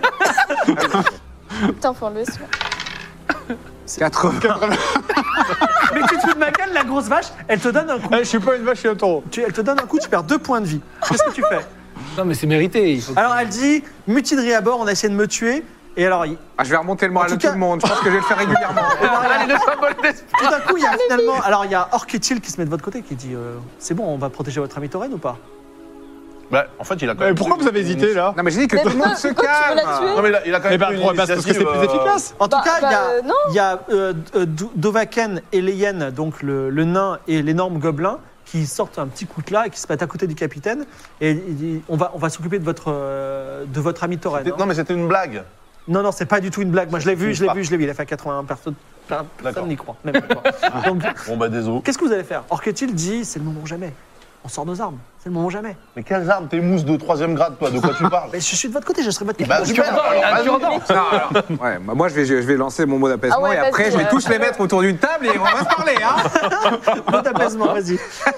Putain, faut enlever celui-là. quatre-vingts. Mais tu te fous de ma gueule, la grosse vache, elle te donne un coup. Eh, je suis pas une vache, je suis un taureau. Tu- elle te donne un coup, tu perds deux points de vie. Qu'est-ce que tu fais? Non, mais c'est mérité. Il faut... Alors elle dit mutinerie à bord, on a essayé de me tuer. Et alors, il- Ah, je vais remonter le moral En de tout tout cas- le monde. Je pense que je vais le faire régulièrement. Allez, le symbole d'espoir. tout d'un coup, il y a finalement. Alors il y a Orketil qui se met de votre côté, qui dit euh, c'est bon, on va protéger votre ami Tauren ou pas? Bah en fait il a quand Eh, même. pourquoi pris vous avez une- hésité là? Non, mais j'ai dit que Mais tout le monde se pourquoi tu veux la calme. tuer Non mais il a, il a quand Eh même ben, pris une pour- parce que c'est initiative, plus euh, efficace. En tout Bah, cas, il y a, bah, euh, non. il y a euh, euh, Do- Dovaken et Leyen, donc le, le nain et l'énorme gobelin, qui sortent un petit coutelas et qui se mettent à côté du capitaine. Et il dit, on va, on va s'occuper de votre, euh, de votre ami Tauren. C'était- hein. Non mais c'était une blague. Non, non, c'est pas du tout une blague. Moi, je l'ai vu, Je je l'ai pas. vu, je l'ai vu. Il a fait quatre-vingts personnes. D'accord. Personne n'y croit. Même pas toi. Donc, Bon bah désolé. qu'est-ce que vous allez faire? Orketil dit c'est le moment ou jamais. on sort nos armes. C'est le moment jamais. Mais quelles armes? T'es mousse de troisième grade, toi, de quoi tu parles? Mais je suis de votre côté, je serai votre côté. Bah, super, alors, vas-y. Non, alors, ouais, bah, moi je vais, je vais lancer mon mot d'apaisement Ah ouais, et après vas-y, je vais euh. tous les mettre autour d'une table et on va se parler. Hein. Mot d'apaisement, vas-y.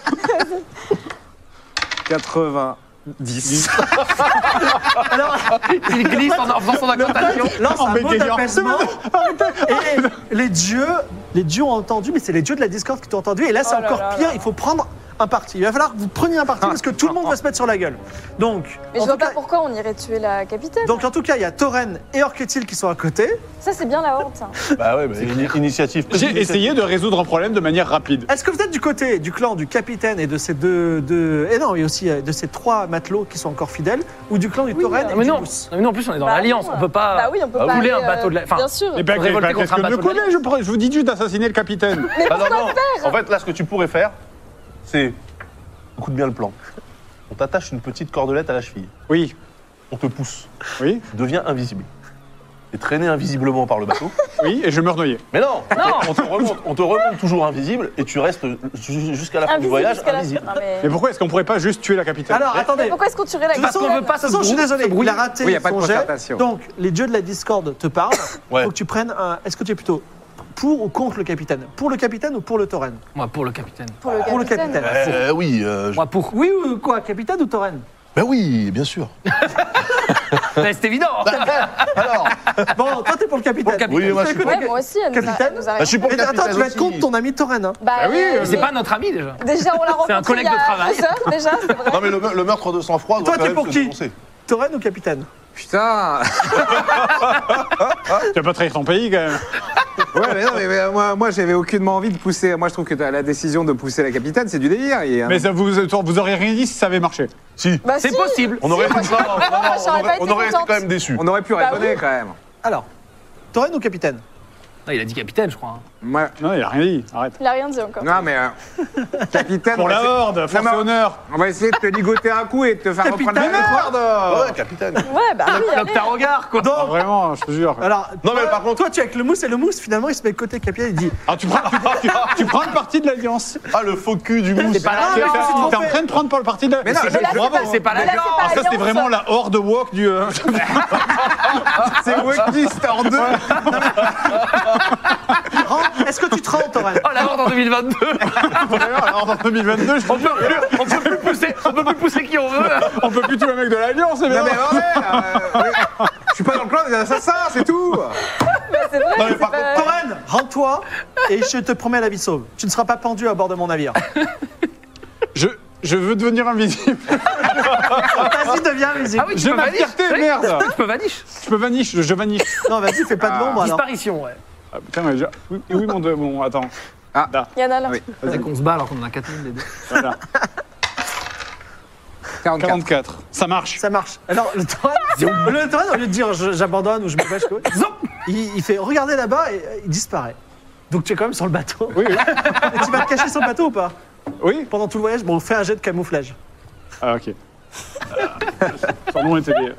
quatre-vingt-dix. Alors, Il glisse en en faisant son incantation. lance En un mot bégayant. d'apaisement. Et les dieux, les dieux ont entendu, mais c'est les dieux de la Discord qui t'ont entendu. Et là, c'est Oh là encore là pire. là. Il faut prendre un parti. Il va falloir que vous preniez un parti parce que tout le monde va se mettre sur la gueule. Donc, Mais en je vois tout pas cas, pourquoi on irait tuer la capitaine. donc en tout cas, il y a Tauren et Orketil qui sont à côté. Ça, c'est bien la honte. Bah ouais, bah, ini- initiative. J'ai essayé de résoudre un problème de manière rapide. Est-ce que vous êtes du côté du clan du capitaine et de ces deux, deux et non, et aussi euh, de ces trois matelots qui sont encore fidèles, ou du clan du Oui, Tauren euh, et Mais du non, Mousse? mais non, en plus, on est dans Bah l'Alliance. non. On peut pas. Bah oui, on peut Ah pas. couler aller, un bateau de la- euh, enfin, Bien sûr. Mais pas révolter qu'est-ce contre un que je me bateau de la- connais, je, prends- je vous dis juste d'assassiner le capitaine. Mais Ah non, pourquoi non. faire En fait, là, ce que tu pourrais faire, c'est. Écoute bien le plan. On t'attache une petite cordelette à la cheville. Oui, On te pousse. oui, Tu deviens invisible. T'es traîné invisiblement par le bateau. oui, et je me renoyais. Mais non, Non. on te remonte, on te remonte toujours invisible et tu restes ju- jusqu'à la fin du Invisible voyage jusqu'à la invisible. fin. Non, mais- Mais pourquoi est-ce qu'on pourrait pas juste tuer la capitaine? Alors, attendez. Mais pourquoi est-ce qu'on tuerait la De toute capitaine façon, veut pas de toute façon, se je suis brou- désolé, se brouiller. il a raté Oui, y a pas de son jet. concertation. Donc, les dieux de la Discord te parlent. Il Ouais. faut que tu prennes un. Est-ce que tu es plutôt pour ou contre le capitaine? Pour le capitaine ou pour le Tauren? Moi, pour le capitaine. Pour le Pour le capitaine. capitaine. Euh, oui, euh, je- Moi, pour. Oui ou quoi? Capitaine ou Tauren? ben oui, bien sûr. Mais c'est évident. Alors, Bon, toi, t'es pour le capitaine. Pour le capitaine. oui, moi je suis. Ouais, moi aussi, elle nous a- Capitaine elle nous a Bah, rien je suis pour Mais le attends, capitaine tu vas être aussi. contre ton ami Tauren, hein? Bah, oui, euh, Mais c'est pas notre ami déjà. Déjà, on l'a rencontré un collègue il y a de travail. deux heures, déjà, c'est vrai. Non mais le, me- le meurtre de sang-froid doit Toi, quand t'es même pour se qui? dénoncer. Tauren ou capitaine? Putain. Tu vas pas trahir ton pays quand même. Ouais, mais non, mais, mais, moi, moi j'avais aucunement envie de pousser. Moi, je trouve que la décision de pousser la capitaine, c'est du délire. Et, euh, Mais ça, vous, vous auriez rien dit si ça avait marché. Si. Bah, C'est si. possible. On aurait, moi, été, non, non, non, moi, non, j'aurais on pas aurait, été on aurait été contente. quand même déçus. on aurait pu Bah raisonner oui. quand même. Alors, Tauren ou capitaine? Non, il a dit capitaine, je crois. hein. Moi, Non, il a rien dit. Arrête. Il a rien dit encore. non, mais euh, capitaine. Pour on va la essayer- horde, force Non, et mais- honneur. On va essayer de te ligoter un coup et de te faire Capitaine. reprendre la mémoire. Ouais, capitaine. Ouais, bah oui, Comme allez. t'as regard, quoi. Ah, vraiment, je te jure. Alors, Non, mais toi- par contre- toi, tu es avec le Mousse et le Mousse, finalement, il se met de côté capitaine. Il dit Alors, tu prends, tu, prends- tu- tu prends le parti de l'alliance. Ah, le faux cul du mousse. C'est pas Ah, Tu es mais l'alliance. tu te en trompes. train de prendre pour le parti de Mais non, C'est- mais là, c'est bravo. pas- C'est pas mais là, l'alliance. c'est pas Ah, ça, c'était l'alliance. vraiment la horde woke du. euh, c'est Wokiste en deux. Rends- Est-ce que tu te rends, Tauren? Oh, la horde en deux mille vingt-deux. D'ailleurs, la horde en deux mille vingt-deux, je On peut, plus, on peut plus pousser, on peut plus pousser qui on veut. on peut plus tuer le mec de l'alliance, c'est Non, bien. mais ouais, euh, ouais. Je suis pas dans le clan des assassins, c'est tout. Mais c'est vrai, Non, mais c'est par pas- Tauren, rends-toi et je te promets la vie sauve. Tu ne seras pas pendu à bord de mon navire. Je, je veux devenir invisible. Vas-y, deviens invisible. Ah oui, tu J'ai peux ma vanish. fierté, Oui, merde. Tu peux vanish. Je peux vanish, je, je vanish. Non, vas-y, fais pas de l'ombre alors. Disparition, ouais. Ah, putain, mais déjà. Oui, oui, mon deux, bon, attends. Il y en a là. Oui. C'est qu'on se bat alors qu'on en a quatre mille les deux. Voilà. quarante-quatre. quarante-quatre. Ça marche. Ça marche. Alors, le Tauren, le Tauren, au lieu de dire je- j'abandonne ou je me bâche, quoi, il, il fait regardez là-bas et euh, il disparaît. Donc tu es quand même sur le bateau. Oui, oui. Et tu vas te cacher sur le bateau ou pas? Oui. Pendant tout le voyage, bon, fais un jet de camouflage. Ah, ok. Son nom était des.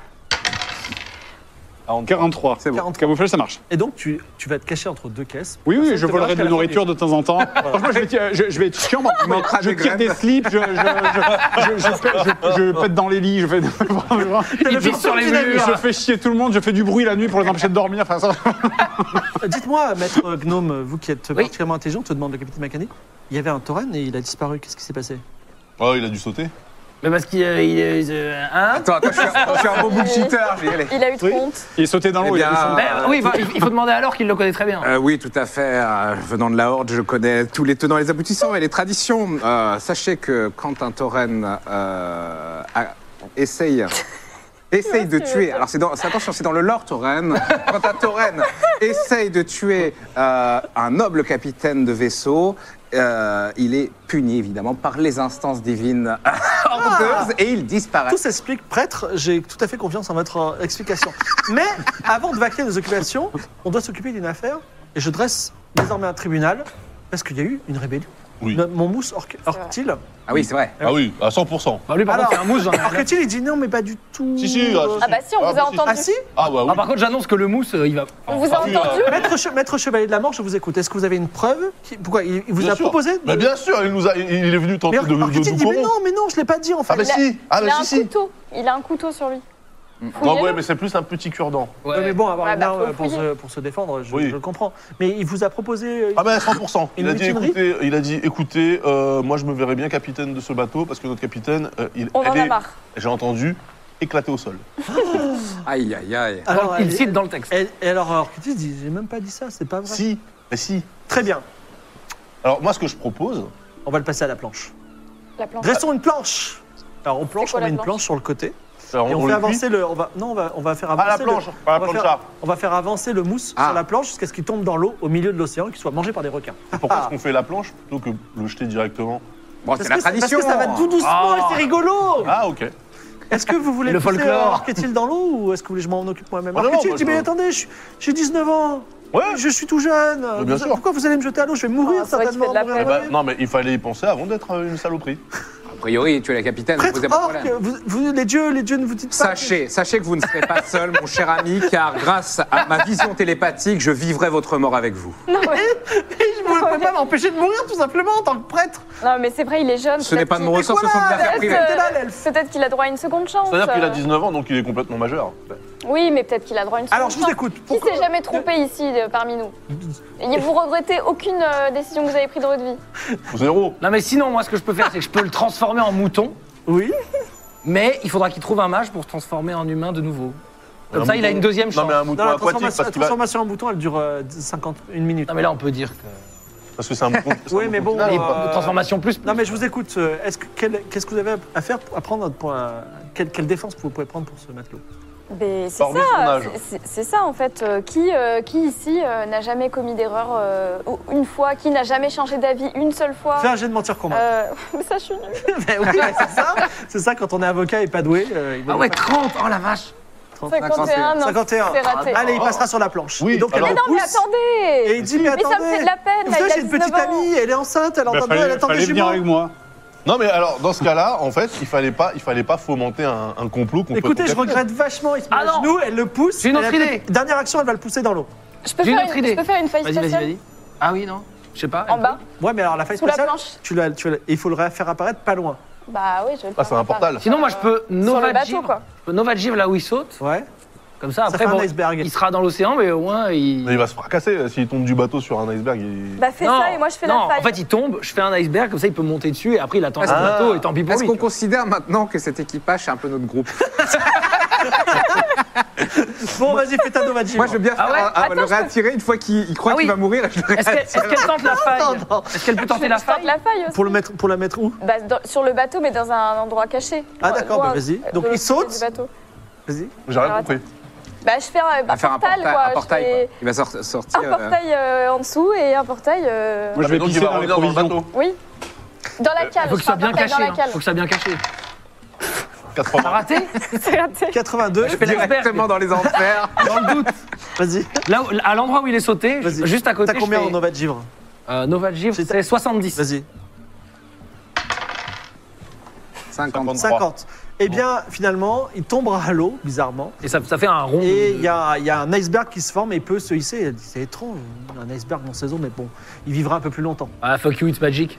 quarante-trois. C'est bon. quarante-trois. Camouflage, ça marche. Et donc tu, tu vas te cacher entre deux caisses. Oui, oui, Personne je te volerai verra de la jusqu'à la nourriture de temps en temps. Franchement, je vais, être- je, je vais être chiant. mais manquera je des tire graines. des slips, je, je, je, je, je pète, je- je pète dans les lits, je fais. vraiment, Il pisse sur les murs. je fais chier tout le monde, je fais du bruit la nuit pour les empêcher de dormir. Enfin, ça... Euh, Dites-moi, maître Gnome, vous qui êtes Oui. particulièrement intelligent, te demande le capitaine Macani. Il y avait un Tauren et il a disparu. Qu'est-ce qui s'est passé? Oh, il a dû sauter. Mais parce qu'il euh, il est. euh, hein Attends, attends, je suis un, je suis un beau bullshitter, j'y allais. Il a eu trop Oui. honte. Il est sauté dans l'eau. Eh il a bien, fait son- Ben, oui, enfin, il il faut demander à Laure qu'il le connaît très bien. Euh, oui, tout à fait. Euh, venant de la Horde, je connais tous les tenants et les aboutissants et les traditions. Euh, sachez que quand un Tauren euh, a- essaye, essaye de tuer... Alors, c'est dans, c'est- attention, c'est dans le lore Tauren. Quand un Tauren essaye de tuer euh, un noble capitaine de vaisseau, euh, il est puni, évidemment, par les instances divines hordeuses et il disparaît. Tout s'explique, prêtre, j'ai tout à fait confiance en votre euh, explication. Mais avant de vaquer nos occupations, on doit s'occuper d'une affaire et je dresse désormais un tribunal parce qu'il y a eu une rébellion. Oui. Le- mon mousse orc- orctile. Ah oui, c'est vrai. Ah oui, à cent pour cent. Bah, lui, par Alors, contre, c'est un mousse, j'en ai rien à- Orctile, il dit non, mais pas du tout. Si, si, ah, Ah bah si, on Ah, vous a bah, si. entendu. Ah si Ah bah oui. Ah, par contre, j'annonce que le mousse, euh, il va. On vous a Ah, oui, entendu. Maître, che- Maître Chevalier de la Mort, je vous écoute. Est-ce que vous avez une preuve qui- Pourquoi il, il vous Bien a sûr. proposé de- Mais bien sûr, il, nous a, il il est venu Mais tenter de, de, de Orctile nous dit mais corrompre. non, mais non, je l'ai pas dit en fait. Ah bah Il a- si, ah Il bah a un si, si. couteau. Il a un couteau sur lui. Non, Fouillez-le. ouais, mais c'est plus un petit cure-dent. Ouais. Ouais, mais bon, avoir Ouais, une bah, arme faut le pour, fouiller. se, pour se défendre, je, Oui. je le comprends. Mais il vous a proposé. euh, Ah ben cent pour cent. Il Une a dit, mutinerie écoutez, il a dit, écoutez, euh, moi je me verrais bien capitaine de ce bateau parce que notre capitaine, euh, il, On en elle a est, marre. j'ai entendu, éclaté au sol. Aïe, aïe, aïe. alors, Il elle- cite dans le texte. Et, et alors, Orctile dit j'ai même pas dit ça, c'est pas vrai. Si, mais si. Très bien, Alors moi ce que je propose, on va le passer à la planche. La planche. Dressons une planche. Alors on planche, quoi, on la met une planche planche sur le côté. alors, Et on, on fait le avancer cuit. le. On va, non, on va, on va faire Ah, avancer. la planche, le, pas la on va plancha. faire- On va faire avancer le mousse Ah. sur la planche jusqu'à ce qu'il tombe dans l'eau au milieu de l'océan et qu'il soit mangé par des requins. Pourquoi Ah. est-ce qu'on fait la planche plutôt que le jeter directement? Bon, Parce c'est la que, tradition. parce que ça va tout doucement Ah. et c'est rigolo. Ah ok. Est-ce que vous voulez Le pousser folklore. Orctile dans l'eau ou est-ce que vous voulez que je m'en occupe moi-même? Ah non, non, Orctile moi, dit je- mais attendez, je- j'ai dix-neuf ans. Ouais. Je suis tout jeune. bien Vous- sûr. Pourquoi vous allez me jeter à l'eau? Je vais mourir Ah, c'est vrai qu'il certainement. fait de la mourir peine. Eh noyé. ben, non mais il fallait y penser avant d'être euh, une saloperie. A priori, tu es la capitaine, vous Prêtre posez pas de orc, problème. vous, vous- les dieux, les dieux ne vous dites pas. que- Sachez, sachez que vous ne serez pas seul, mon cher ami, car grâce à ma vision télépathique, je vivrai votre mort avec vous. Non, mais, Je ne peux pas m'empêcher de mourir tout simplement en tant que prêtre. non, mais c'est vrai, il est jeune. Ce n'est peut-être pas de mon qu'il- ressort, ce sont voilà, des affaires Peut-être, privées. C'était là, euh, l'elfe. peut-être qu'il a droit à une seconde chance. C'est-à-dire qu'il a euh. dix-neuf ans donc il est complètement majeur. Oui, mais peut-être qu'il a droit à une seconde Alors je vous chance. écoute. Qui Pourquoi- s'est jamais trompé ici euh, parmi nous? Et vous regrettez aucune euh, décision que vous avez prise dans votre vie? Zéro. Non, mais sinon, moi, ce que je peux faire, c'est que je peux le transformer en mouton, Oui. mais il faudra qu'il trouve un mage pour se transformer en humain de nouveau. Comme Un ça, il a mouton- une deuxième Non chance. mais un mouton Non, la aquatique transformation, parce la qu'il va... transformation en bouton, elle dure euh, cinquante, une minute. Non, mais là, on peut dire que. Parce que c'est un mouton. c'est un Oui, mais mouton bon, qui Et nage. euh, transformation plus. Non, mais je vous écoute. euh, Est-ce que quel- qu'est-ce que vous avez à faire pour- à prendre pour un- quelle, quelle défense vous pouvez prendre pour ce matelot? Mais c'est Former son ça, âge. c'est- c'est- c'est ça en fait. Euh, qui, euh, qui ici euh, n'a jamais commis d'erreur euh, une fois? Qui n'a jamais changé d'avis une seule fois? Fais un jet de mentir convaincre. Euh, mais ça, je suis nulle. Mais oui, mais c'est ça. C'est ça quand on est avocat et pas doué. euh, il vaut Ah mieux ouais, pas- trente. Oh la vache. cinquante et un, non, cinquante et un. c'est raté. Allez, il passera sur la planche. Oui, Et donc elle alors- le Mais non, mais pousse. attendez! Et il dit mais Mais ça attendez. me fait de la peine, Vous là, savez, il a j'ai une petite dix-neuf ans. amie, elle est enceinte, elle Bah, entend fallait, elle attend des fallait venir jumeaux. avec moi. Non mais alors dans ce cas-là, en fait, il fallait pas, il fallait pas fomenter un, un complot contre Écoutez, ton je capitaine. regrette vachement. Il se met Ah à non. genoux, elle le pousse. J'ai une elle autre a idée. fait- Dernière action, elle va le pousser dans l'eau. Je peux, J'ai une faire autre une, idée. je peux faire une faille Vas-y, vas-y, spatiale vas-y. Ah oui, non. Je sais pas. en bas? Ouais, mais alors la faille Sous la spatiale, planche. tu l'as, tu l'as- il faut le faire apparaître pas loin. Bah oui, je vais le Ah, faire c'est un apparaître. portal. Sinon, moi, je peux Sur le Nova bateau, Givre. quoi. Je peux Nova Givre là où il saute. Ouais. Comme ça, Ça après, fait un bon, iceberg. il sera dans l'océan, mais au moins, il. Mais il va se fracasser s'il tombe du bateau sur un iceberg. Il... Bah fais non, ça et moi je fais non, la faille. en fait, il tombe, je fais un iceberg, comme ça, il peut monter dessus, et après, il attend Est-ce le que- bateau, et tant pis pour Est-ce lui. qu'on tu vois. considère maintenant que cet équipage, c'est un peu notre groupe? Bon, vas-y, fais ta Nova Givre. Moi, je veux bien Ah faire ouais un- un- Attends, le je peux- réattirer une fois qu'il il croit Ah qu'il oui. va mourir. Et je le Est-ce qu'elle réattire. est-ce qu'elle tente la faille Non, non. Est-ce qu'elle peut tenter la Je tente faille la faille aussi. Pour, le mettre, pour la mettre où? Bah, dans- sur le bateau, mais dans un endroit caché. Ah, d'accord, Loin, bah, vas-y. euh, Donc, de il l'autre saute. côté du bateau. Vas-y. J'ai rien Alors, compris. Bah, je fais un, Il va un faire un portal, portail, quoi. un Je portail, fais quoi. Il va sort- sortir. un euh, portail euh, en dessous et un portail. euh, Moi, je vais Donc, il pisser va dans les revenir dans le provisions. bateau. Oui. Dans la Il cale. faut que je ce soit fais un bien portail caché. dans la hein. cale. Faut que ce soit bien caché. quatre-vingts. T'as raté C'est raté. quatre-vingt-deux. Je fais l'iceberg. Directement dans les enfers. Dans le doute. Vas-y. Là, où- à l'endroit où il est sauté, Vas-y. juste à côté. T'as combien je en fais, Nova Givre? euh, Nova Givre, C'est- c'est soixante-dix. Vas-y. cinquante. cinquante. Eh bien, finalement, il tombera à l'eau, bizarrement. Et ça, ça fait un rond. Et de- il y a, il y a un iceberg qui se forme et il peut se hisser. Elle dit, c'est étrange, un iceberg dans ces eaux, mais bon, il vivra un peu plus longtemps. Ah, fuck you, it's magic.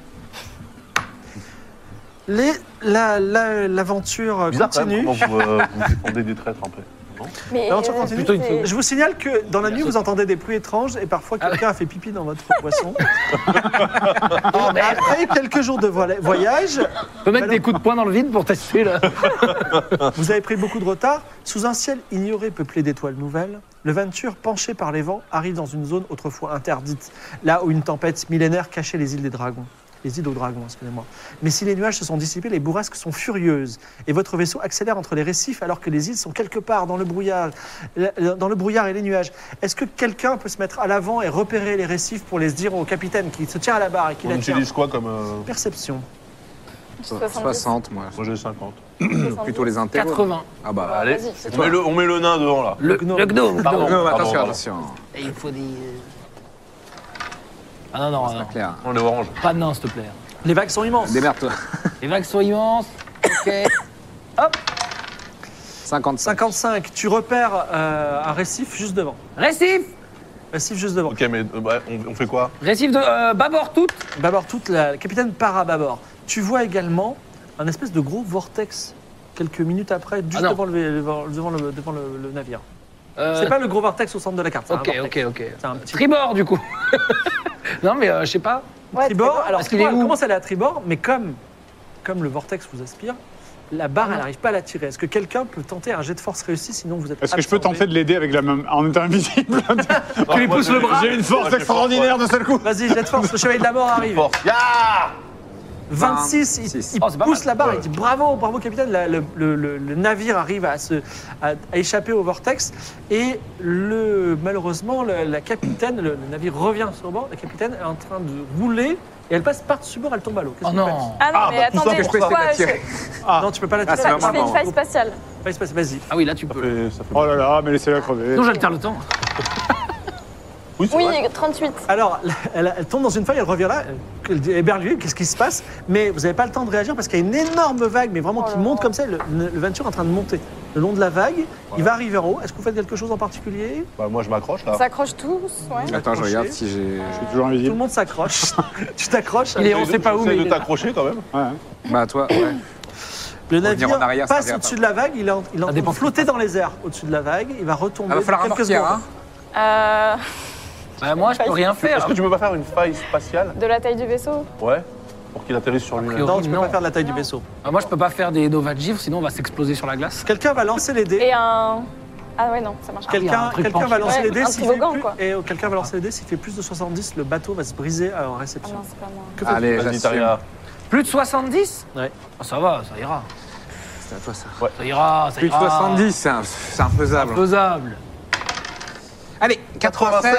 Les- la- la- L'aventure Bizarre quand même continue. comment vous, euh, vous défendez des traîtres un peu. Non Mais L'aventure euh, continue. Plutôt une c'est- seconde. Je vous signale que dans la nuit, vous entendez des bruits étranges et parfois Ah quelqu'un a fait pipi dans votre boisson. Et après quelques jours de vola- voyage, On peut mettre des coups de poing dans le vide pour tester là. vous avez pris beaucoup de retard. Sous un ciel ignoré peuplé d'étoiles nouvelles, le Venture, penché par les vents, arrive dans une zone autrefois interdite, là où une tempête millénaire cachait les îles des dragons. Les îles aux dragons, excusez-moi. Mais si les nuages se sont dissipés, les bourrasques sont furieuses. Et votre vaisseau accélère entre les récifs alors que les îles sont quelque part dans le brouillard, dans le brouillard et les nuages. Est-ce que quelqu'un peut se mettre à l'avant et repérer les récifs pour les dire au capitaine qui se tient à la barre et qui On la tient? utilise quoi comme. euh, Perception. soixante-dix. soixante, moi. Moi j'ai cinquante. Plutôt les intéros. quatre-vingts. Ah bah, Allez, vas-y, c'est on toi. met, le, on met le nain devant là. Le, gnome. le gnome. Pardon. non, pardon, attention, pardon. attention. Et il faut des. Ah non, non, C'est non. pas clair. On est orange. Pas de nain, s'il te plaît. Les vagues sont immenses. Démerde-toi. Les vagues sont immenses. Ok. Hop. cinquante-cinq. cinquante-cinq, tu repères euh, un récif juste devant. Récif. Récif juste devant. Ok, mais euh, bah, on, on fait quoi? Récif de euh, bâbord toute. Bâbord toute, la, le capitaine part à bâbord. Tu vois également un espèce de gros vortex quelques minutes après, juste Ah non. devant, le, devant, devant le, devant le- le navire. Euh, C'est pas le gros vortex au centre de la carte. c'est un Ok, vortex. ok, ok. C'est un petit Tribord, du coup. non, mais euh, je sais pas. Ouais, tribord. tribord. Alors, Parce qu'il tribord, est elle où commence à aller à tribord, mais comme, comme le vortex vous aspire, la barre, elle n'arrive pas à la tirer. Est-ce que quelqu'un peut tenter un jet de force réussi, sinon vous êtes Est-ce que je peux absorbé. tenter de l'aider avec la même en étant invisible? Tu lui pousses le bras. J'ai une force extraordinaire d'un seul coup. Vas-y, jet de force, le chevalier de la mort arrive. Force. Ya vingt-six, il, vingt-six. il Oh, c'est pas pousse mal. la barre, Ouais. il dit bravo, bravo capitaine, La- le, le- le- le navire arrive à, se, à, à échapper au vortex et le, malheureusement le- la capitaine, le, le navire revient sur le bord, la capitaine est en train de rouler et elle passe par-dessus bord, elle tombe à l'eau. Qu'est-ce Oh que vous non. Ah non, Ah, mais bah, tout ça attendez, Que je peux essayer de pourquoi la je, tirer. faites Non, tu peux pas la Ah, tirer. c'est je vraiment fais une mort. faille spatiale. Vas-y, vas-y, vas-y. Ah oui, là, tu Ça peux. fait, ça fait Oh là là, mais laissez-la crever. Non, j'altère le temps. Oui, c'est Oui, vrai. trente-huit. Alors, elle, elle tombe dans une feuille, elle revient là, elle dit éberluée, qu'est-ce qui se passe? Mais vous n'avez pas le temps de réagir parce qu'il y a une énorme vague, mais vraiment Oh qui là monte là. comme ça, le, le Venture est en train de monter le long de la vague, il va arriver en haut. Est-ce que vous faites quelque chose en particulier? Bah, moi, je m'accroche là. On s'accroche tous, ouais. Attends, je regarde si j'ai. Je suis toujours Tout le invisible. monde s'accroche. Tu t'accroches. Il est- on sait pas où, mais J'essaie il de est là. t'accrocher quand même. Ouais. Bah, toi, ouais. Le Revenir navire en arrière, ça passe revient au-dessus pas. de la vague, il est en, il est en train dépend de flotter dans les airs au-dessus de la vague, il va retomber Ah, va falloir dans quelques amortir, secondes. hein. Euh, Bah, moi, je peux rien faire. Est-ce que tu peux pas faire une faille spatiale? de la taille du vaisseau. Ouais. Pour qu'il atterrisse sur lui-même. Non, tu peux Non. pas faire de la taille du vaisseau. Bah, moi, je peux pas faire des Nova de givre, sinon on va s'exploser sur la glace. Quelqu'un va lancer les dés. Et un... Ah ouais, non, ça marche pas. il y a un Quelqu'un truc quelqu'un va penché. lancer Ouais, les dés un s'il fait toboggan, plus, quoi. et euh, quelqu'un va lancer les dés s'il fait plus de soixante-dix, le bateau va se briser à Ah réception. non, c'est pas moi. Que faites-vous? Allez, Vas-y, j'assume. Taria. Plus de soixante-dix. Ouais. Ah, ça va, ça ira. C'est à toi ça. Ça ira, ça Plus de ira. soixante-dix, c'est un- c'est infaisable. Faisable. Allez, quatre-vingt-seize.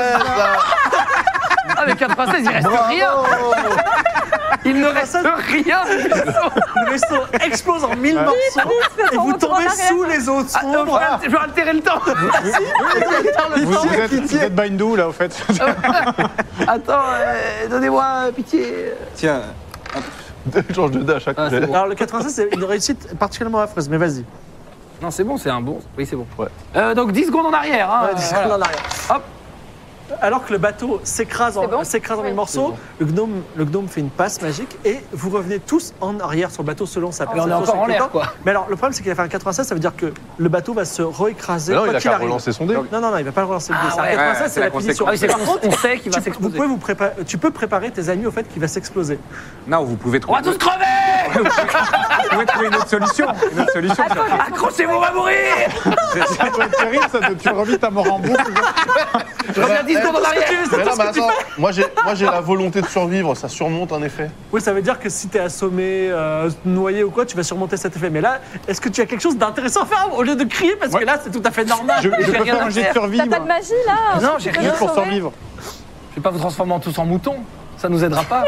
Ah, mais quatre-vingt-seize, il reste rien. Il ne reste rien. Le vaisseau explose en mille morceaux et vous retour en tombez arrière. sous les eaux Ah, non, sombres. je vais altérer le temps. Vous, vous êtes, vous êtes Bindou là, au fait. Attends, euh, donnez-moi pitié. Tiens, Change de dé à chaque Ah, c'est jet. bon. Alors le quatre-vingt-seize, c'est une réussite particulièrement affreuse, mais vas-y. Non, c'est bon, c'est un bon. Oui, c'est bon. Ouais. Euh, donc dix secondes en arrière. Hein, Ouais, dix voilà. secondes en arrière. Hop. Alors que le bateau s'écrase en, C'est bon s'écrase en Oui. mille morceaux, le, gnome, le gnome fait une passe magique et vous revenez tous en arrière sur le bateau selon sa Mais on est perception encore en l'air, sécuritaire. quoi. Mais alors, le problème, c'est qu'il a fait un quatre-vingt-seize, ça veut dire que le bateau va se réécraser Mais non, quoi il a qu'il qu'à arrive. relancer son dé. Non, non, non, il va pas le relancer le dé. Ah C'est un ouais. quatre-vingt-seize, Ouais, c'est c'est la la punition. Ah oui, c'est Par qu'on contre, on sait qu'il va tu, vous s'exploser. pouvez vous préparer, tu peux préparer tes amis au fait qu'il va s'exploser. non, vous pouvez On va trouver, tous crever. vous pouvez trouver une autre solution. Une autre solution. Accrochez-vous, on va mourir. Ça doit être terrible, ça, de- tu revis ta mort en boucle. Je reviens dix secondes en arrière. Mais non, mais attends, moi j'ai, moi j'ai la volonté de survivre, ça surmonte un effet. Oui, ça veut dire que si t'es assommé, euh, noyé ou quoi, tu vas surmonter cet effet. Mais là, est-ce que tu as quelque chose d'intéressant à faire au lieu de crier? Parce que Ouais. là, c'est tout à fait normal. Je, je J'ai peux rien faire à un jet de faire. survivre. T'as pas de magie là Non, j'ai Tu peux rien nous Pour sauver survivre. Je vais pas vous transformer en tous en moutons. Ça nous aidera pas.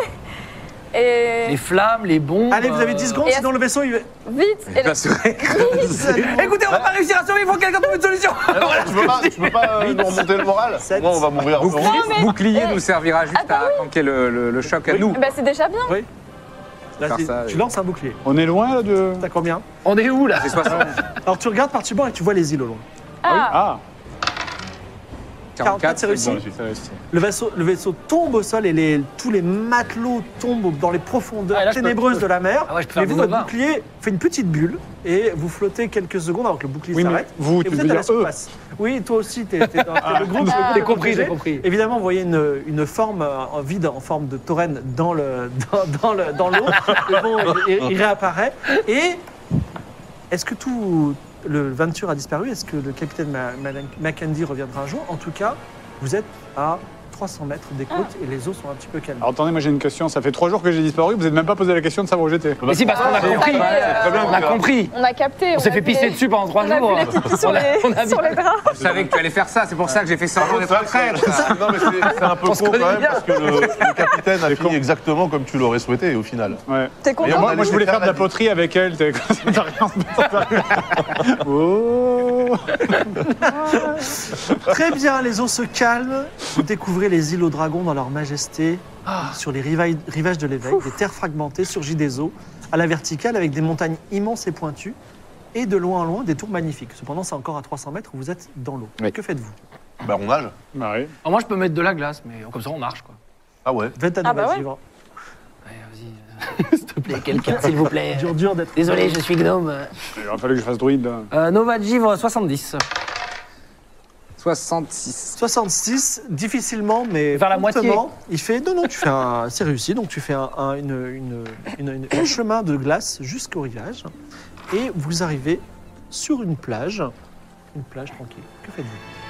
Et Les flammes, les bombes. Allez, vous avez dix euh, secondes, Et sinon le vaisseau, il va... vite. Et Il va se réécraser. Écoutez, on va pas réussir à survivre. Il faut que quelqu'un trouve une solution. Tu peux pas, tu peux pas euh, nous remonter le moral? Sept. Moi on va mourir. Bouclier, mais- bouclier Eh. nous servira juste Attends, à tanker le, le- le choc à nous. Bah c'est déjà bien. Oui. Là, Faire tu- ça, tu oui. lances un bouclier. On est loin là de. T'as combien? On est où là? C'est soixante. Alors tu regardes par-dessus bord et tu vois les îles au loin. Ah, Ah, quarante-quatre, c'est réussi. bon, j'ai fait réussir. Le vaisseau, le vaisseau tombe au sol et les, tous les matelots tombent dans les profondeurs Ah, là, je peux- ténébreuses de la mer. Ah ouais, je peux faire Mais des vous, votre Nova. bouclier fait une petite bulle et vous flottez quelques secondes avant que le bouclier Oui, mais s'arrête. vous, et tu vous veux êtes à la dire eux. surface. Oui, toi aussi, t'es, t'es dans t'es le groupe. Ah. t'es J'ai compris, j'ai compris. Évidemment, vous voyez une, une forme euh, en vide, en forme de taurène dans, le, dans, dans, le, dans l'eau. Et bon, il, il réapparaît. Et est-ce que tout le Venture a disparu? Est-ce que le capitaine Ma- Ma- Mackenzie reviendra un jour? En tout cas, vous êtes à trois cents mètres des côtes et les eaux sont un petit peu calmes. Alors attendez, moi j'ai une question. Ça fait trois jours que j'ai disparu. Vous n'avez même pas posé la question de savoir où j'étais. Mais si, parce qu'on a ça y compris. est, euh, Très bien, On a compris. on a capté. On s'est a fait vu pisser les- dessus pendant trois On a jours. vu les pipis sur On a- les, on a sur vu. les draps. Je savais que tu allais faire ça, c'est pour ça que j'ai fait semblant d'être Ça, c'est- retraite. c'est- Non mais c'est c'est un peu On se con quand connaît même bien. parce que le, le capitaine a fini exactement comme tu l'aurais souhaité au final. Ouais. T'es Et content on Moi, a moi, je laissé voulais faire faire de la la poterie avec elle. T'as t'as rien. Oh. Très bien, les eaux se calment. Vous découvrez découvrez les îles aux dragons dans leur majesté, Ah. sur les rivailles- rivages de l'évêque, des terres fragmentées, surgies des eaux, à la verticale, avec des montagnes immenses et pointues, et de loin en loin, des tours magnifiques. Cependant, c'est encore à trois cents mètres, vous êtes dans l'eau. Oui. Que faites-vous? Bah, on nage. Bah oui. Alors moi, je peux mettre de la glace, mais comme ça, on marche, quoi. Ah ouais. Faites un Ah bah Nova ouais. Givre. Ouais, vas-y. S'il te plaît, quelqu'un, s'il vous plaît. Dur, dur d'être... Désolé, je suis gnome. Il aurait fallu que je fasse druide. Là. Euh, Nova de Givre, soixante-dix. soixante-six. soixante-six, difficilement, mais Vers la moitié. promptement, il fait... Non, non, tu fais un... C'est réussi, donc tu fais un, un- une, une- une- une- un chemin de glace jusqu'au rivage, et vous arrivez sur une plage, une plage tranquille. Que faites-vous?